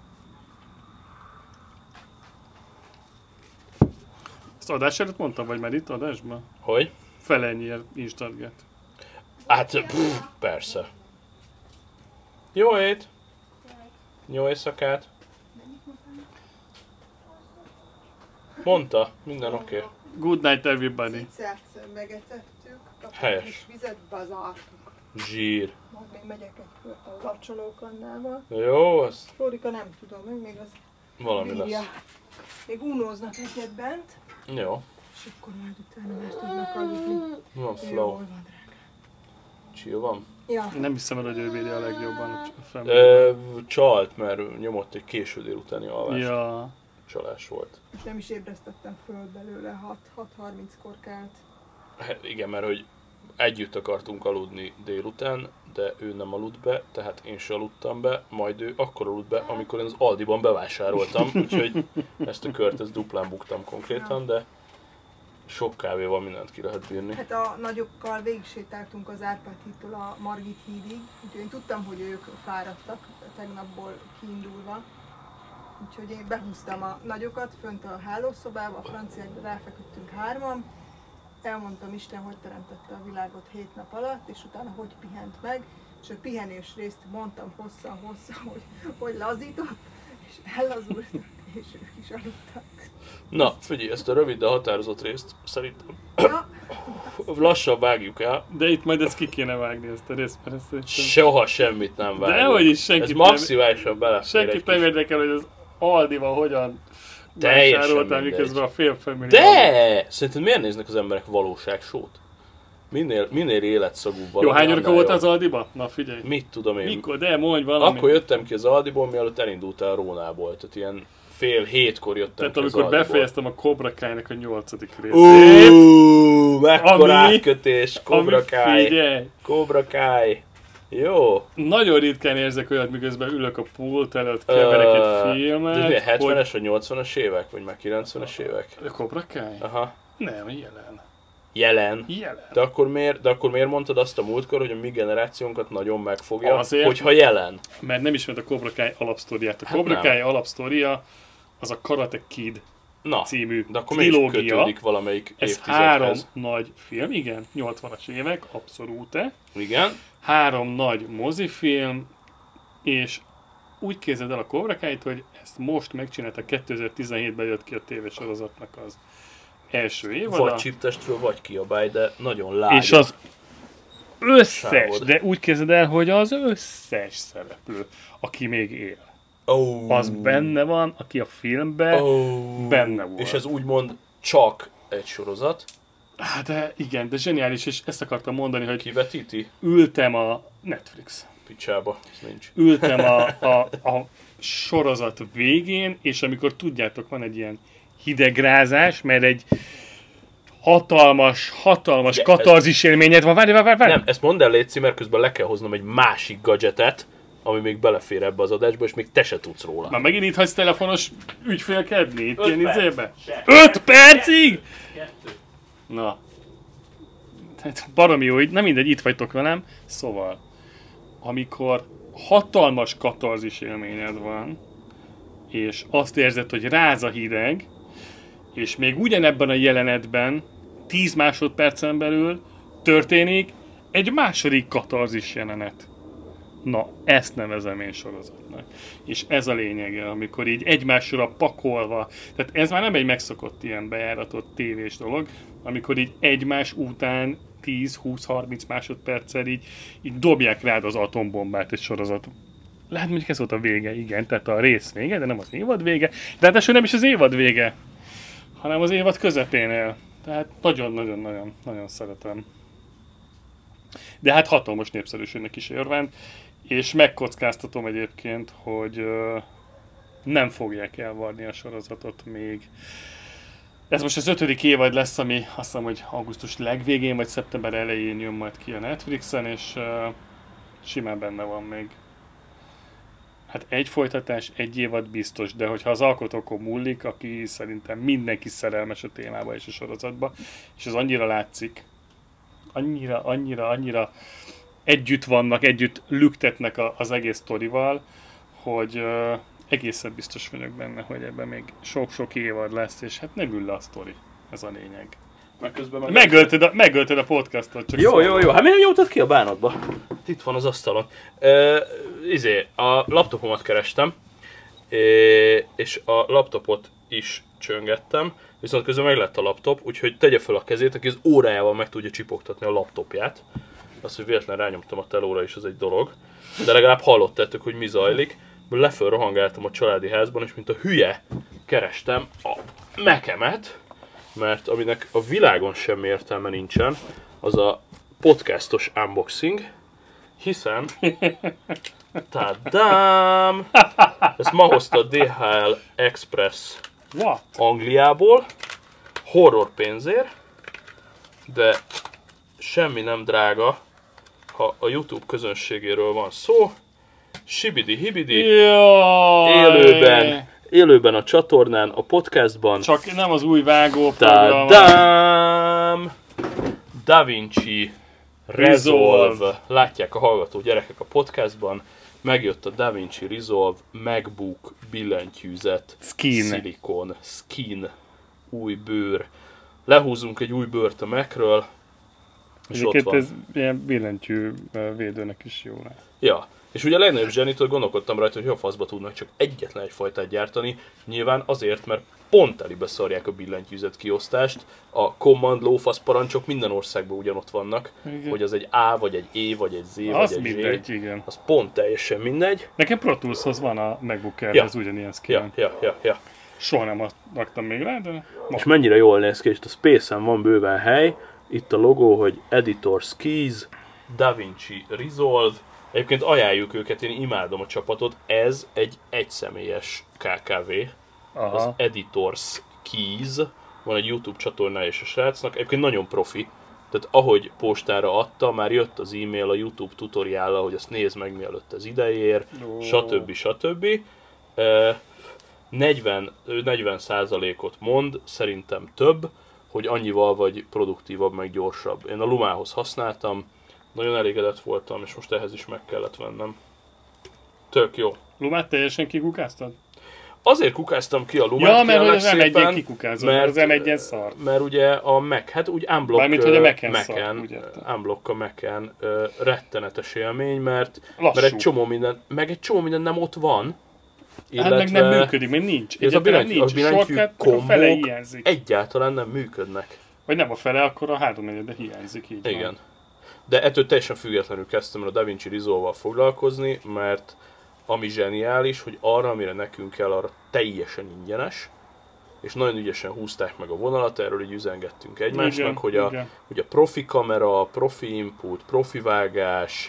Ezt adás előtt mondtam, vagy már itt adásban? Hogy? Felennyiért instant get. Hát, pff, persze. Jó ét! Jó éjszakát! Mondta, minden oké. Okay. Good night everybody. Cicát megetettük, kaptunk Helyes. kis vizet, bazártuk. Zsír. Majd még megyek egy kört a lacsolókannával. Jó, az Flórika nem tudom, meg még az valami bírja. lesz. Még unóznak egyet bent, Jó. és akkor majd utána már tudnak aludni. Van Jól flow. van, drága. Chill van. Ja, Nem hiszem el, hogy ő védi a legjobban a fel. Ö, csalt, mert nyomott egy késő délutáni alvást. Ja. Csalás volt. és nem is ébresztettem föl belőle, hat harminckor kelt. Hát igen, mert hogy együtt akartunk aludni délután, de ő nem aludt be, tehát én se aludtam be, majd ő akkor aludt be, amikor én az Aldiban bevásároltam, úgyhogy ezt a kört ezt duplán buktam konkrétan, de sok kávéval mindent ki lehet bírni. Hát a nagyokkal végig sétáltunk az Árpád hídtól a Margit hídig, úgyhogy én tudtam, hogy ők fáradtak tegnapból kiindulva. Úgyhogy én behúztam a nagyokat fönt a hálószobába, a franciákba ráfeküdtünk hárman. Elmondtam Isten, hogy teremtette a világot hét nap alatt, és utána hogy pihent meg. És a pihenés részt mondtam hosszan-hosszan, hogy, hogy lazított, és ellazultak, és ők is aludtak. Na, figyelj, ezt a rövid, de határozott részt szerintem Ja, lassan vágjuk el. De itt majd ezt ki kéne vágni, ezt a részt, mert ezt szerintem... Soha semmit nem vágunk. Dehogy is, senkit Ez nem- maximálisan belefér Senkit egy nem kis... érdekel, hogy az Aldiban hogyan Teljesen vásároltál, mindegy. miközben a félfamily... De! Szerinted miért néznek az emberek valóságsót? Minél, minél életszagúbb valami. Jó, hány órakor annál volt jobb. az Aldiba? Na figyelj. Mit tudom én? Mikor? De mondj valami. Akkor jöttem ki az Aldiból, mielőtt elindultál Rónából. Tehát ilyen fél hétkor jöttem Tehát ki az amikor Aldiból. befejeztem a Cobra Kai-nek a nyolcadik részét. Uuuuh, mekkora Ami- átkötés, Cobra ami Kai, figyelj, Cobra Kai. Jó. nagyon ritkán érzek olyat, miközben ülök a pult előtt, keverek egy Ö, filmet. De mi, hogy... hetvenes vagy nyolcvanas évek? Vagy már kilencvenes évek? A Cobra Kai? Aha. Nem, jelen. Jelen. Jelen. De akkor, miért, de akkor miért mondtad azt a múltkor, hogy a mi generációnkat nagyon megfogja, Azért. hogyha jelen? Mert nem ismert a Cobra Kai alapsztoriát. A Hát Cobra nem. Kai alapsztoria az a Karate Kid Na, című de akkor mégis trilógia. kötődik valamelyik Ez három évtizedhez. nagy film, igen, nyolcvanas évek, abszolút. Igen. Három nagy mozifilm, és úgy képzeld el a Cobra Kai-t, hogy ezt most megcsinálta, kétezer-tizenhétben jött ki a tévésorozatnak az első évada. Vagy csiptestről, vagy kiabálj, de nagyon lágy. És az összes, Sávod. de úgy képzeld el, hogy az összes szereplő, aki még él, oh. az benne van, aki a filmben oh. benne volt. És ez úgymond csak egy sorozat. Hát de igen, de zseniális, és ezt akartam mondani, hogy Kivetíti? ültem a Netflix. Picsába, ez nincs. Ültem a, a, a sorozat végén, és amikor tudjátok, van egy ilyen hidegrázás, mert egy hatalmas, hatalmas Ugye, katarzis élményed van. Várj, várj, várj! Nem, ezt mondd el, létszi, mert közben le kell hoznom egy másik gadgetet, ami még belefér ebbe az adásba, és még te se tudsz róla. Már megint itt hagysz telefonos ügyfélkedni? Itt Öt ilyen perc. izébe? Öt percig? Kettő. Na. Tehát baromi jó, nem mindegy, itt vagytok velem. Szóval, amikor hatalmas katarzis élményed van, és azt érzed, hogy ráz a hideg, és még ugyanebben a jelenetben, tíz másodpercen belül történik egy második katarzis jelenet. Na, ezt nevezem én sorozatnak. És ez a lényege, amikor így egymásra pakolva, tehát ez már nem egy megszokott ilyen bejáratott tévés dolog, amikor így egymás után tíz-húsz-harminc másodperccel így, így dobják rád az atombombát egy sorozat. Lehet mondjuk ez volt a vége, igen, tehát a rész vége, de nem az évad vége, de hát nem is az évad vége, hanem az évad közepénél. Tehát nagyon-nagyon-nagyon nagyon szeretem. De hát hatalmas népszerűségnek is örvend, és megkockáztatom egyébként, hogy ö, nem fogják elvarni a sorozatot még. Ez most az ötödik évad lesz, ami azt hiszem, hogy augusztus legvégén, vagy szeptember elején jön majd ki a Netflixen, és ö, simán benne van még. Hát egy folytatás, egy évad biztos, de hogyha az alkotókon múlik, aki szerintem mindenki szerelmes a témába és a sorozatba, és ez annyira látszik, annyira, annyira, annyira együtt vannak, együtt lüktetnek a, az egész sztorival, hogy uh, egészen biztos vagyok benne, hogy ebben még sok-sok évad lesz, és hát nem ül le a sztori. Ez a lényeg. Meg közben meg Megölted a, megölted a podcastot, csak Jó, szóval. jó, jó. Hát mi nem jótad ki a bánatba? Itt van az asztalon. Uh, izé, a laptopomat kerestem, és a laptopot is csöngettem, viszont közben meg lett a laptop, úgyhogy tegye fel a kezét, aki az órájával meg tudja csipogtatni a laptopját. Azt, hogy véletlenül rányomtam a telóra is, az egy dolog. De legalább hallottátok, hogy mi zajlik. Leföl rohangáltam a családi házban, és mint a hülye kerestem a Mac-emet, mert aminek a világon semmi értelme nincsen, az a podcastos unboxing, hiszen tadám! Ezt ma hozta a dé há el Express What? Angliából, horror pénzért, de semmi nem drága, ha a YouTube közönségéről van szó. Sibidi-hibidi, Jaj. élőben, élőben a csatornán, a podcastban. Csak nem az új vágó program. Tadám! DaVinci Resolve. Resolve. Látják a hallgató gyerekek a podcastban. Megjött a DaVinci Resolve MacBook billentyűzet, Skin. szilikon, skin, új bőr. Lehúzunk egy új bőrt a Macről, és ott Egyébként van. ez ilyen billentyű védőnek is jó rá. Ja, és ugye a legnagyobb zsenitől gondolkodtam rajta, hogy a faszba tudnak csak egyetlen egy fajtát gyártani. Nyilván azért, mert pont telibe szarják a billentyűzet kiosztást. A command lófasz parancsok minden országban ugyanott vannak, Igen. hogy az egy A, vagy egy E, vagy egy Z, Az vagy egy mindegy, Z. igen. Az pont teljesen mindegy. Nekem Pro Toolshoz van a MacBook Air, Ja. ez ugyanilyen Ja, skin. ja, ja, ja. Soha nem azt raktam még rá, de És mennyire jól néz ki, és a Space-en van bőven hely. Itt a logó, hogy Editor Skis, DaVinci Resolve. Egyébként ajánljuk őket, én imádom a csapatot. Ez egy egyszemélyes ká ká vé. aha. Az Editors Keys, van egy YouTube csatornája is a srácnak, egyébként nagyon profi, tehát ahogy postára adta, már jött az e-mail a YouTube tutoriállal, hogy azt nézd meg mielőtt az idejér, Ó. stb. stb. Eh, negyven, ő negyven százalékot mond, szerintem több, hogy annyival vagy produktívabb, meg gyorsabb. Én a Lumához használtam, nagyon elégedett voltam, és most ehhez is meg kellett vennem. Tök jó. Lumát teljesen kikukáztad? Azért kukáztam ki a Lumát, Ja, mert hogy kérlek az em egyen szépen, kikukázod, mert az em egyen szar. Mert ugye a Mac, hát úgy unblock, Mármint, hogy a ö, Mac-en szar, Mac-en, úgy értem. unblock a Mac-en ö, rettenetes élmény, mert, Lassú. mert egy csomó minden, meg egy csomó minden nem ott van. Hát meg nem működik, mert nincs. Ez a Egyáltalán billentyű, a nincs. billentyű Shortcut, akkor a fele kombók hiányzik. egyáltalán nem működnek. Vagy nem a fele, akkor a háromnegyede hiányzik így. Igen. Van. De ettől teljesen függetlenül kezdtem el a DaVinci Resolve-val foglalkozni, mert ami zseniális, hogy arra, amire nekünk kell, arra teljesen ingyenes, és nagyon ügyesen húzták meg a vonalat, erről így üzengettünk egymásnak, Igen, hogy, a, igen. hogy a profi kamera, profi input, profi vágás,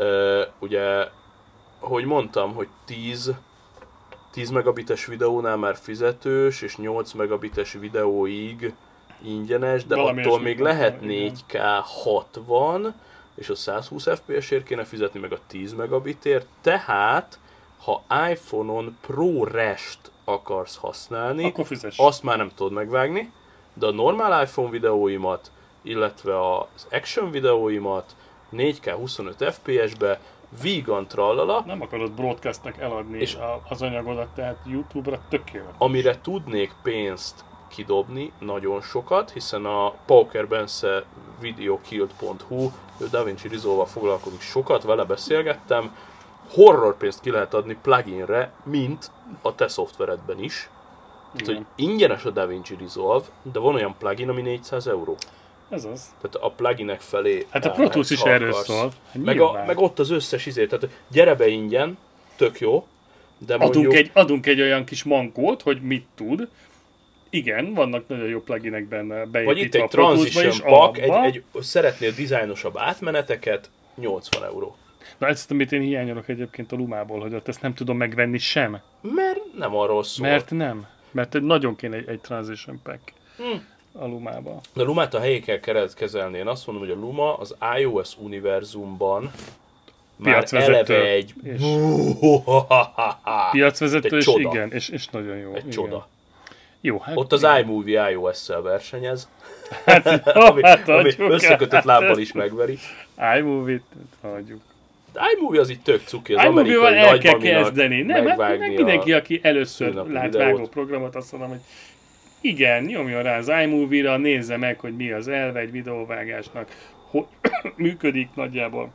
Uh, ugye, hogy mondtam, hogy tíz, tíz megabites videónál már fizetős, és nyolc megabites videóig ingyenes, de Valami attól még lehet igen. négy ká hatvan, és a száz húsz ef pé es-ért kéne fizetni meg a tíz megabitért, tehát ha iPhone-on ProRes-t akarsz használni, Akkor fizess. azt már nem tudod megvágni, de a normál iPhone videóimat, illetve az action videóimat négy ká huszonöt ef pé es-be, vegan trallala, Nem akarod broadcastnek eladni És- és az anyagodat, tehát YouTube-ra tökéletes. amire tudnék pénzt kidobni, nagyon sokat, hiszen a Pauker Bence videokilled pont hu, ő DaVinci Resolve-val foglalkozik sokat, vele beszélgettem, horror pénzt ki lehet adni pluginre, mint a te szoftveredben is. Tehát, hogy ingyenes a DaVinci Resolve, de van olyan plugin, ami négyszáz euró. Ez az. Tehát a pluginek felé Hát a állhatsz, Pro Tools is ha erről akarsz. szól. Hát Meg, a, nyilván. meg ott az összes izé, tehát gyere be ingyen, tök jó, de adunk, mondjuk... egy, adunk egy olyan kis mankót, hogy mit tud. Igen, vannak nagyon jó pluginek benne beépítve Vagy itt egy a Pro Toolsba transition is, pack, egy, alapba. egy, szeretnél dizájnosabb átmeneteket, nyolcvan euró. Na ezt, amit én hiányolok egyébként a Lumából, hogy ott ezt nem tudom megvenni sem. Mert nem arról szól. Mert nem. Mert nagyon kéne egy, egy transition pack Hm. a Lumába. De a Lumát a helyén kell keret kezelni. Én azt mondom, hogy a Luma az iOS univerzumban már Piacvezető. eleve egy... És- Egy Piacvezető is csoda. igen, és, és nagyon jó. Egy igen. csoda. Jó, hát Ott az igen. iMovie iOS-szel versenyez, Hát, ami, hát ami hagyjuk összekötött át. lábbal is megveri. iMovie-t hagyjuk. De iMovie az így tök cuki, az iMovie-val amerikai el kell nagymaminak kezdeni. Nem, hát megvágni meg mindenki, a aki először szülinapi lát videót. vágóprogramot, azt mondom, hogy igen, nyomjon rá az iMovie-ra, nézze meg, hogy mi az elve egy videóvágásnak, hogy működik nagyjából.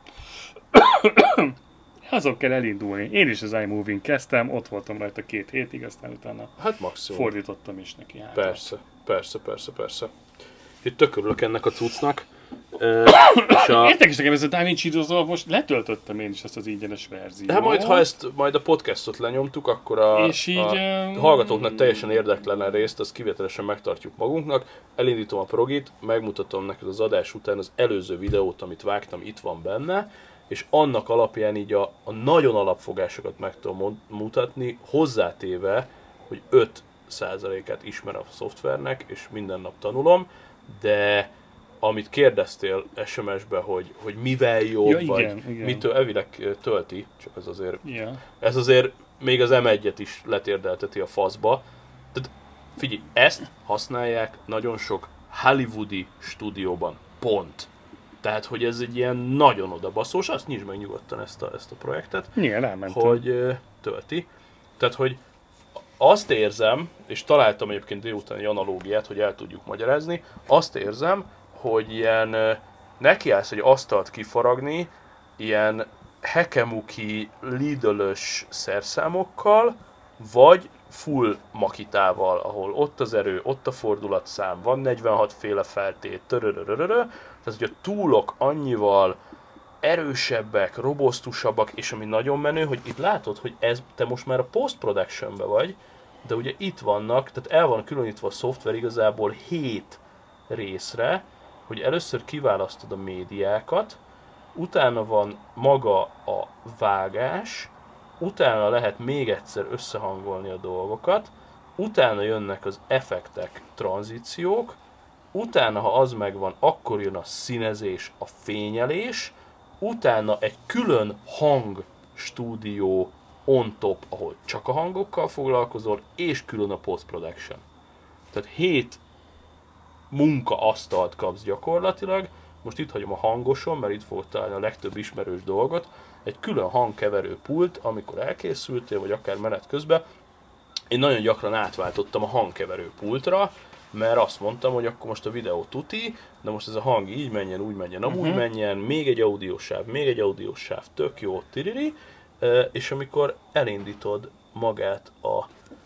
Azok kell elindulni. Én is az iMovie-n kezdtem, ott voltam rajta két hétig, aztán utána Hát maximum. fordítottam is neki. Hát. Persze, persze, persze, persze. Itt tök örülök ennek a cuccnak. Ö, és a, Érdekes nekem ez a DaVinci Resolve, most letöltöttem én is ezt az ingyenes verziót. hát majd, ha ezt majd a podcastot lenyomtuk, akkor a, És így, a ö, hallgatóknak teljesen érdeklenen részt, azt kivételesen megtartjuk magunknak. Elindítom a progit, megmutatom neked az adás után az előző videót, amit vágtam, itt van benne, és annak alapján így a, a nagyon alapfogásokat meg tudom mon- mutatni, hozzátéve, hogy öt százalékát ismer a szoftvernek, és minden nap tanulom, de amit kérdeztél es em es-be, hogy, hogy mivel jobb, Ja, igen, vagy igen. mitől elvileg tölti, csak ez azért, Ja. ez azért még az em egyet is letérdelteti a faszba. Tehát figyelj, ezt használják nagyon sok hollywoodi stúdióban, pont. Tehát, hogy ez egy ilyen nagyon odabaszós, azt nyisd meg nyugodtan ezt a, ezt a projektet, Igen, elmentem. hogy ö, tölti. Tehát, hogy azt érzem, és találtam egyébként délután egy analógiát, hogy el tudjuk magyarázni, azt érzem, hogy ilyen ö, nekiállsz egy asztalt kifaragni, ilyen hekemuki, Lidl-ös szerszámokkal, vagy full makitával, ahol ott az erő, ott a fordulatszám, van negyvenhat féle feltét, törörörörörö. Tehát, hogy a túlok annyival erősebbek, robosztusabbak, és ami nagyon menő, hogy itt látod, hogy ez, te most már a post-productionbe vagy, de ugye itt vannak, tehát el van különítve a szoftver igazából hét részre, hogy először kiválasztod a médiákat, utána van maga a vágás, utána lehet még egyszer összehangolni a dolgokat, utána jönnek az effektek, tranzíciók, utána, ha az megvan, akkor jön a színezés, a fényelés, utána egy külön hangstúdió on top, ahol csak a hangokkal foglalkozol, és külön a post-production. Tehát hét munkaasztalt kapsz gyakorlatilag, most itt hagyom a hangoson, mert itt fogod találni a legtöbb ismerős dolgot, egy külön hangkeverő pult, amikor elkészültél, vagy akár menet közben, én nagyon gyakran átváltottam a hangkeverő pultra, mert azt mondtam, hogy akkor most a videó tuti, de most ez a hang így menjen, úgy menjen, amúgy uh-huh. menjen, még egy audiósáv, még egy audiósáv, tök jó, tiriri, és amikor elindítod magát a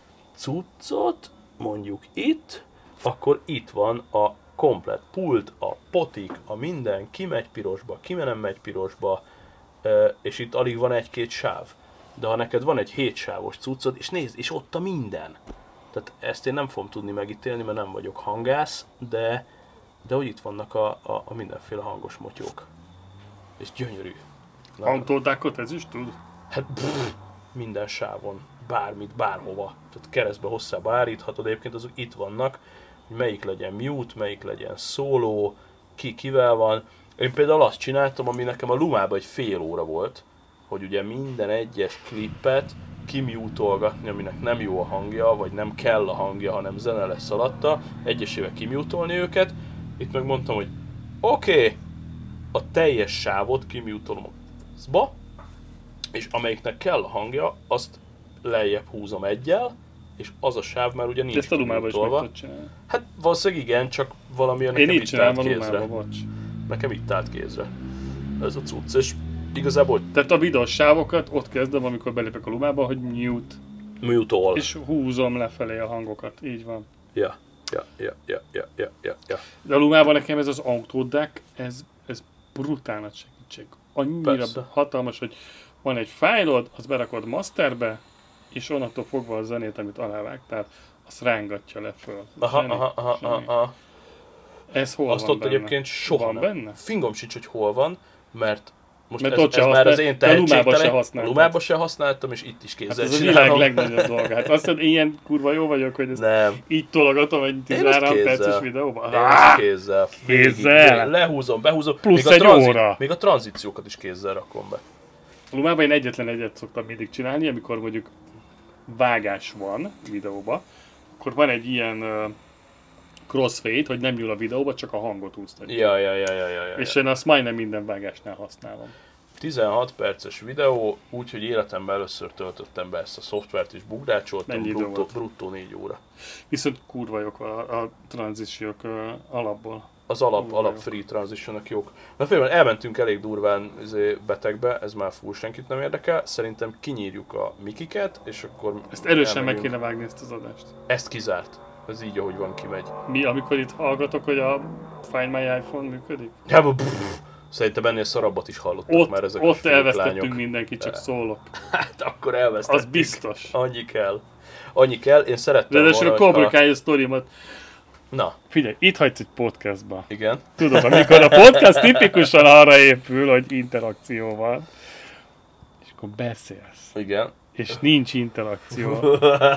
cuccot, mondjuk itt, akkor itt van a komplet pult, a potik, a minden, ki megy pirosba, ki nem megy pirosba, és itt alig van egy-két sáv. De ha neked van egy hétsávos cuccod, és nézd, és ott a minden. Tehát ezt én nem fogom tudni megítélni, mert nem vagyok hangász, de, de hogy itt vannak a, a, a mindenféle hangos motyók. És gyönyörű. Hangtódákot ez is tud? Hát pff, minden sávon, bármit, bárhova. Tehát keresztbe hosszába állíthatod, egyébként azok itt vannak, hogy melyik legyen mute, melyik legyen szóló, ki kivel van. Én például azt csináltam, ami nekem a Lumában egy fél óra volt, hogy ugye minden egyes klippet kimutolgatni, aminek nem jó a hangja, vagy nem kell a hangja, hanem zene lesz alatta, egyesével kimutolni őket. Itt meg mondtam, hogy oké, okay, a teljes sávot kimutolom a és amelyiknek kell a hangja, azt lejjebb húzom egyel, és az a sáv már ugye nincs ezt a Lumában is meg tudod csinálni. Hát valószínűleg igen, csak valamiért nekem itt állt kézre. Lumában, nekem itt állt kézre. Ez a cucc, és igazából... Tehát a videós sávokat ott kezdem, amikor belépek a Lumába, hogy mute. Mute all. És húzom lefelé a hangokat, így van. Ja, ja, ja, ja, ja, ja, ja, ja. De a Lumában nekem ez az Autodeck, ez, ez brutál nagy segítség. Annyira Persze. hatalmas, hogy van egy fájlod, azt berakod masterbe, és onnantól fogva a zenét, amit alávágtál, azt rángatja le föl. Aha, aha, aha, aha, aha. Ez hol azt van ott benne? Egyébként soha van nem. Benne? Fingom sincs, hogy hol van, mert most mert ez, ott ez már az én tehetségtelen. Lumában Lumában se használtam, és itt is hát kézzel ez a csinálom. világ legnagyobb dolga. Hát azt mondod, ilyen kurva jó vagyok, hogy ezt Nem. így tologatom egy tizenhárom perces videóban. Én ezt kézzel. Kézzel? Végig, lehúzom, behúzom. Plusz még egy a tranzi- óra. Még a tranzíciókat is kézzel rakom be. A Lumában én egyetlen egyet szoktam mindig csinálni, amikor mondjuk vágás van videóba, akkor van egy ilyen uh, crossfade, hogy nem nyúl a videóba, csak a hangot húztatja. Ja, ja, ja, ja, ja, ja. És én azt majdnem minden vágásnál használom. tizenhat perces videó, úgyhogy életemben először töltöttem be ezt a szoftvert és bugdácsoltam, Mennyi idő bruttó, volt? bruttó négy óra. Viszont kurva jók a, a tranzíciók uh, alapból. Az alap, Kurva alap jók. free transitionok jók. Na félben, elmentünk elég durván izé, betegbe, ez már full senkit nem érdekel. Szerintem kinyírjuk a mikiket, és akkor Ezt erősen meg elmegyünk. kéne vágni ezt az adást. Ezt kizárt. Ez így, ahogy van, kimegy. Mi, amikor itt hallgatok, hogy a Find My iPhone működik? Ja, pff, szerintem ennél szarabbat is hallottak Ott, már ezek a ott fiúk, elvesztettünk lányok. mindenkit, csak szólok. Hát akkor elvesztettük. Az biztos. Annyi kell. Annyi kell, én szerettem Ráadásul a volna, Cobra hogyha- Kai sztorimat. Na, Figyelj, itt hagysz egy podcastba. igen. Tudod, amikor a podcast tipikusan arra épül, hogy interakció van, és akkor beszélsz, Igen. és nincs interakció.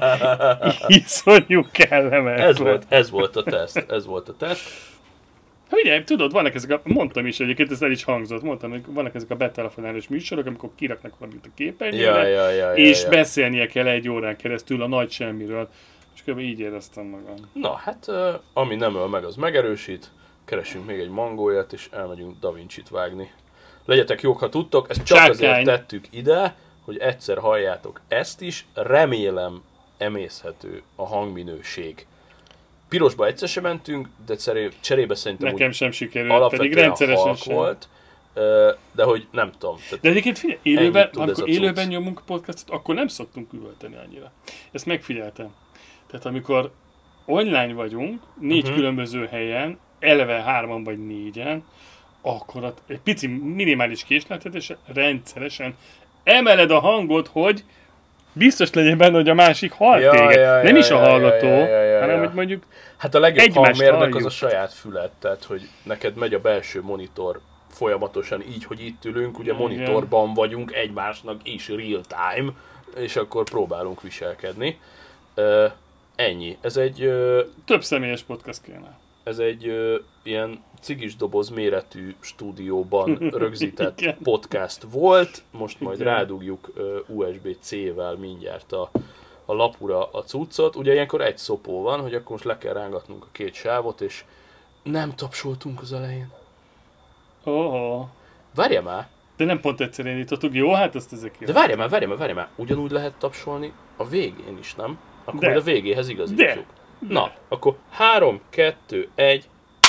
Iszonyú kellemetlen. Ez volt, ez volt a teszt. Ez volt a teszt. Ugye, tudod, vannak ezek a, mondtam is egyébként, ez el is hangzott, mondtam, hogy vannak ezek a betelefonálós műsorok, amikor kiraknak valamit a képernyőre, Ja, ja, ja, ja, és ja. beszélnie kell egy órán keresztül a nagy semmiről. És kb. Így éreztem magam. Na, hát uh, ami nem öl meg, az megerősít. Keresünk még egy mangóját, és elmegyünk Da Vincit vágni. Legyetek jók, ha tudtok, ezt csak Csákány. azért tettük ide, hogy egyszer halljátok ezt is. Remélem emészhető a hangminőség. Pirosba egyszer sem mentünk, de cseré- cserébe szerintem Nekem úgy sem sikerült, pedig alapvetően rendszeresen halk sem. volt. Uh, de hogy nem tudom. Tehát De egyébként figyelj, élőben, ennyit tud ez amikor a cucc. élőben nyomunk podcastot, akkor nem szoktunk üvölteni annyira. Ezt megfigyeltem. Tehát amikor online vagyunk, négy Mhm. különböző helyen, eleve hárman vagy négyen, akkor ott egy pici minimális késleltetéssel rendszeresen emeled a hangot, hogy biztos legyen benne, hogy a másik hall Ja, téged. ja, Nem ja, is a ja, hallgató, ja, ja, ja, hanem ja. hogy mondjuk Hát a legjobb Egymást hangmérnök az halljuk. a saját füled, tehát hogy neked megy a belső monitor folyamatosan így, hogy itt ülünk, ugye Igen. monitorban vagyunk egymásnak is real time, és akkor próbálunk viselkedni. Uh, ennyi. Ez egy, uh, több személyes podcast kéne. ez egy uh, ilyen cigis doboz méretű stúdióban rögzített Igen. podcast volt, most majd Igen. rádugjuk uh, u es bé cé-vel mindjárt a a lapura a cuccot. Ugye ilyenkor egy szopó van, hogy akkor most le kell rángatnunk a két sávot, és nem tapsoltunk az elején. Oh, Várjál már! de nem pont egyszer indítottuk. Jó, hát ezt ezek De várjál már, várjál már, várjál már! Ugyanúgy lehet tapsolni a végén is, nem? Akkor De. majd a végéhez igazítjuk. De. Na, akkor három, kettő, egy.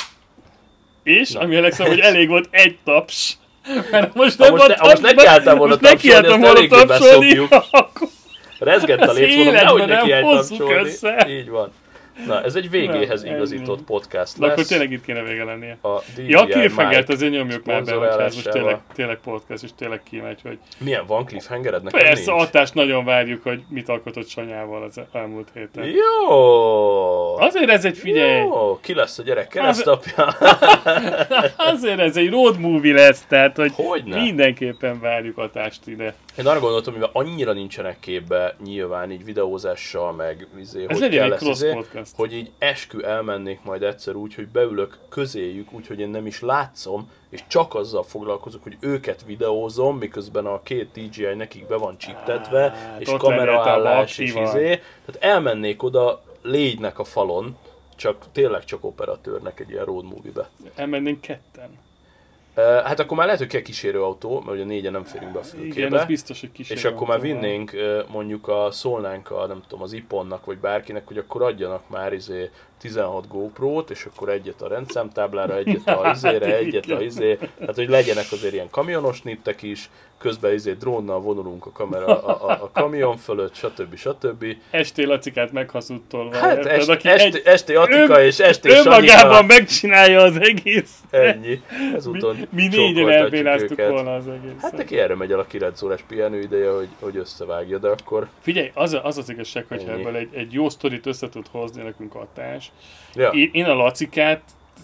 És, Na. ami a legszebb, hogy elég volt egy taps. Mert most Ha nem most, volt ne, ha most nekiálltál volna most nekiálltam tapsolni, volna azt eléggé tapsolni, beszopjuk. akkor Rezgett a Az léc, mondom, életben nehogy nem neki állj hozzuk tapsolni. össze. Így van. Na, ez egy végéhez Na, igazított ennyi. podcast Na, lesz. akkor tényleg itt kéne vége lennie. A dé dzsé Ja, i cliffhangert Mike azért nyomjuk már be, hogyha ez most tényleg, szponzorálásával. tényleg podcast, és tényleg kimegy, hogy Milyen van cliffhangered? Nekem persze, nincs. Atást nagyon várjuk, hogy mit alkotott Sanyával az elmúlt héten. Jó! Azért ez egy, figyelj, Jó, ki lesz a gyerek keresztapja? azért ez egy road movie lesz, tehát hogy Hogyne? mindenképpen várjuk Atást ide. Én arra gondoltam, mivel annyira nincsenek képbe nyilván így videózással, meg izé, Ez hogy legyen kell egy lesz cross izé, podcast. hogy így eskü elmennék majd egyszer úgy, hogy beülök közéjük, úgyhogy én nem is látszom, és csak azzal foglalkozok, hogy őket videózom, miközben a két dé dzsé i nekik be van csiptetve, Hát, és ott kameraállás, és lennél te izé. Tehát elmennék oda légynek a falon, csak tényleg csak operatőrnek egy ilyen road movie-be. Elmennénk ketten. Uh, hát akkor már lehet, hogy kell kísérőautó, mert ugye négyen nem férünk be a Igen, fülkébe. ez biztos, hogy kísérő. És akkor már autóval. vinnénk, uh, mondjuk a szólnánk a, nem tudom, az iponnak, vagy bárkinek, hogy akkor adjanak már izé tizenhat GoPro-t, és akkor egyet a rendszámtáblára, egyet a izére, egyet a izé, hát hogy legyenek azért ilyen kamionos nittek is, közben izé drónnal vonulunk a, kamera, a, a, a kamion fölött, stb. stb. Esté Lacikát meghazudtolva. Hát érted? est, Aki est, egy- Esté Attika és Esté önmagában Sanyika, megcsinálja az egész. ennyi. Ezúton Mi, mi négyen csókoltatjuk elbéláztuk őket. volna az egész. Hát neki erre megy el a kilenc órás pihenőideje, hogy, hogy összevágja, de akkor... Figyelj, az, az az igazság, hogyha Ennyi. ebből egy, egy jó sztorit össze tud hozni nekünk Attás. Ja. Én, én a Lacikát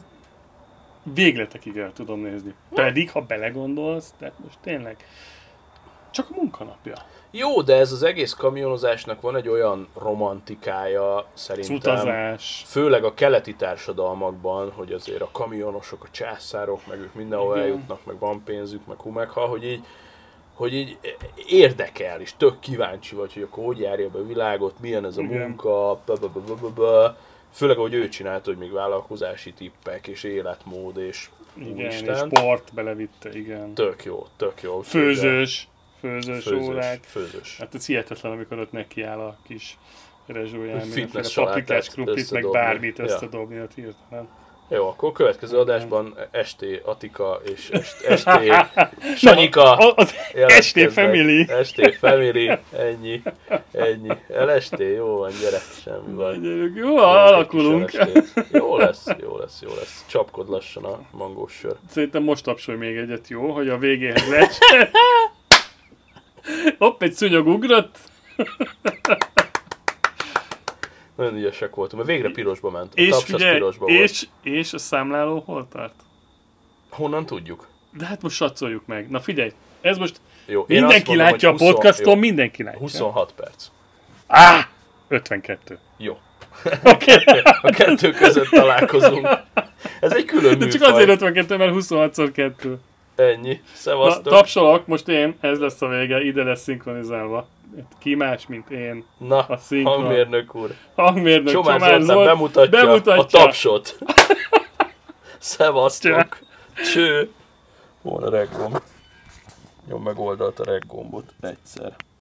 végletekig el tudom nézni. Pedig, ha belegondolsz, tehát most tényleg csak a munkanapja. Jó, de ez az egész kamionozásnak van egy olyan romantikája Az szerintem. utazás. Főleg a keleti társadalmakban, hogy azért a kamionosok, a császárok, meg ők mindenhol Igen. eljutnak, meg van pénzük, meg humegha, hogy így, hogy így érdekel, és tök kíváncsi vagy, hogy akkor hogy járja be a világot, milyen ez a Igen. munka, bö, bö, bö, bö, bö, bö. Főleg, ahogy ő csinálta, hogy még vállalkozási tippek, és életmód, és Igen, úristen. és sport belevitte, igen. Tök jó, tök jó. Főzős, főzős, Főzős, órák. főzős. Hát ez hihetetlen, amikor ott nekiáll a kis rezsóján, Hogy mindenféle fitness paprikás salátát krumplit, meg összedobni. bármit Ja. összedobni, ott hirtelen. Jó, akkor a következő adásban Esté Attika és est, Esté Sanyika A- Az jelentkeznek. Esté Family. Esté Family, ennyi, ennyi. Elesté, jó van, gyere, semmi baj. Gyerünk, jó, alakulunk. Egy kis elesté. Jó lesz, jó lesz, jó lesz. Csapkod lassan a mangós sör. Szerintem most tapsolj még egyet, jó, hogy a végéhez lesz. Hopp, egy szúnyog ugrott. Nagyon ügyesek voltunk, mert végre pirosba ment. A És taps az figyelj, pirosba volt. és, és a számláló hol tart? Honnan tudjuk? De hát most satszoljuk meg. Na figyelj, ez most Jó, én azt mindenki mondom, látja a hogy húsz podcaston, jó, mindenki látja. huszonhat perc. Á, ötvenkettő. Jó. Oké. A kettő között találkozunk. Ez egy külön De műfaj. csak azért ötvenkettő, mert huszonhatszor kettő. Ennyi. Na, Szevasztok. tapsolok, most én, ez lesz a vége, ide lesz szinkronizálva. Ki más, mint én. Na, A szinkron. hangmérnök úr. Hangmérnök Csomár Csomár Zoltán Zsolt bemutatja, bemutatja. a tapsot. Szevasztok. Cső. Hol a reggomb? Nyom meg oldalt a reggombot egyszer.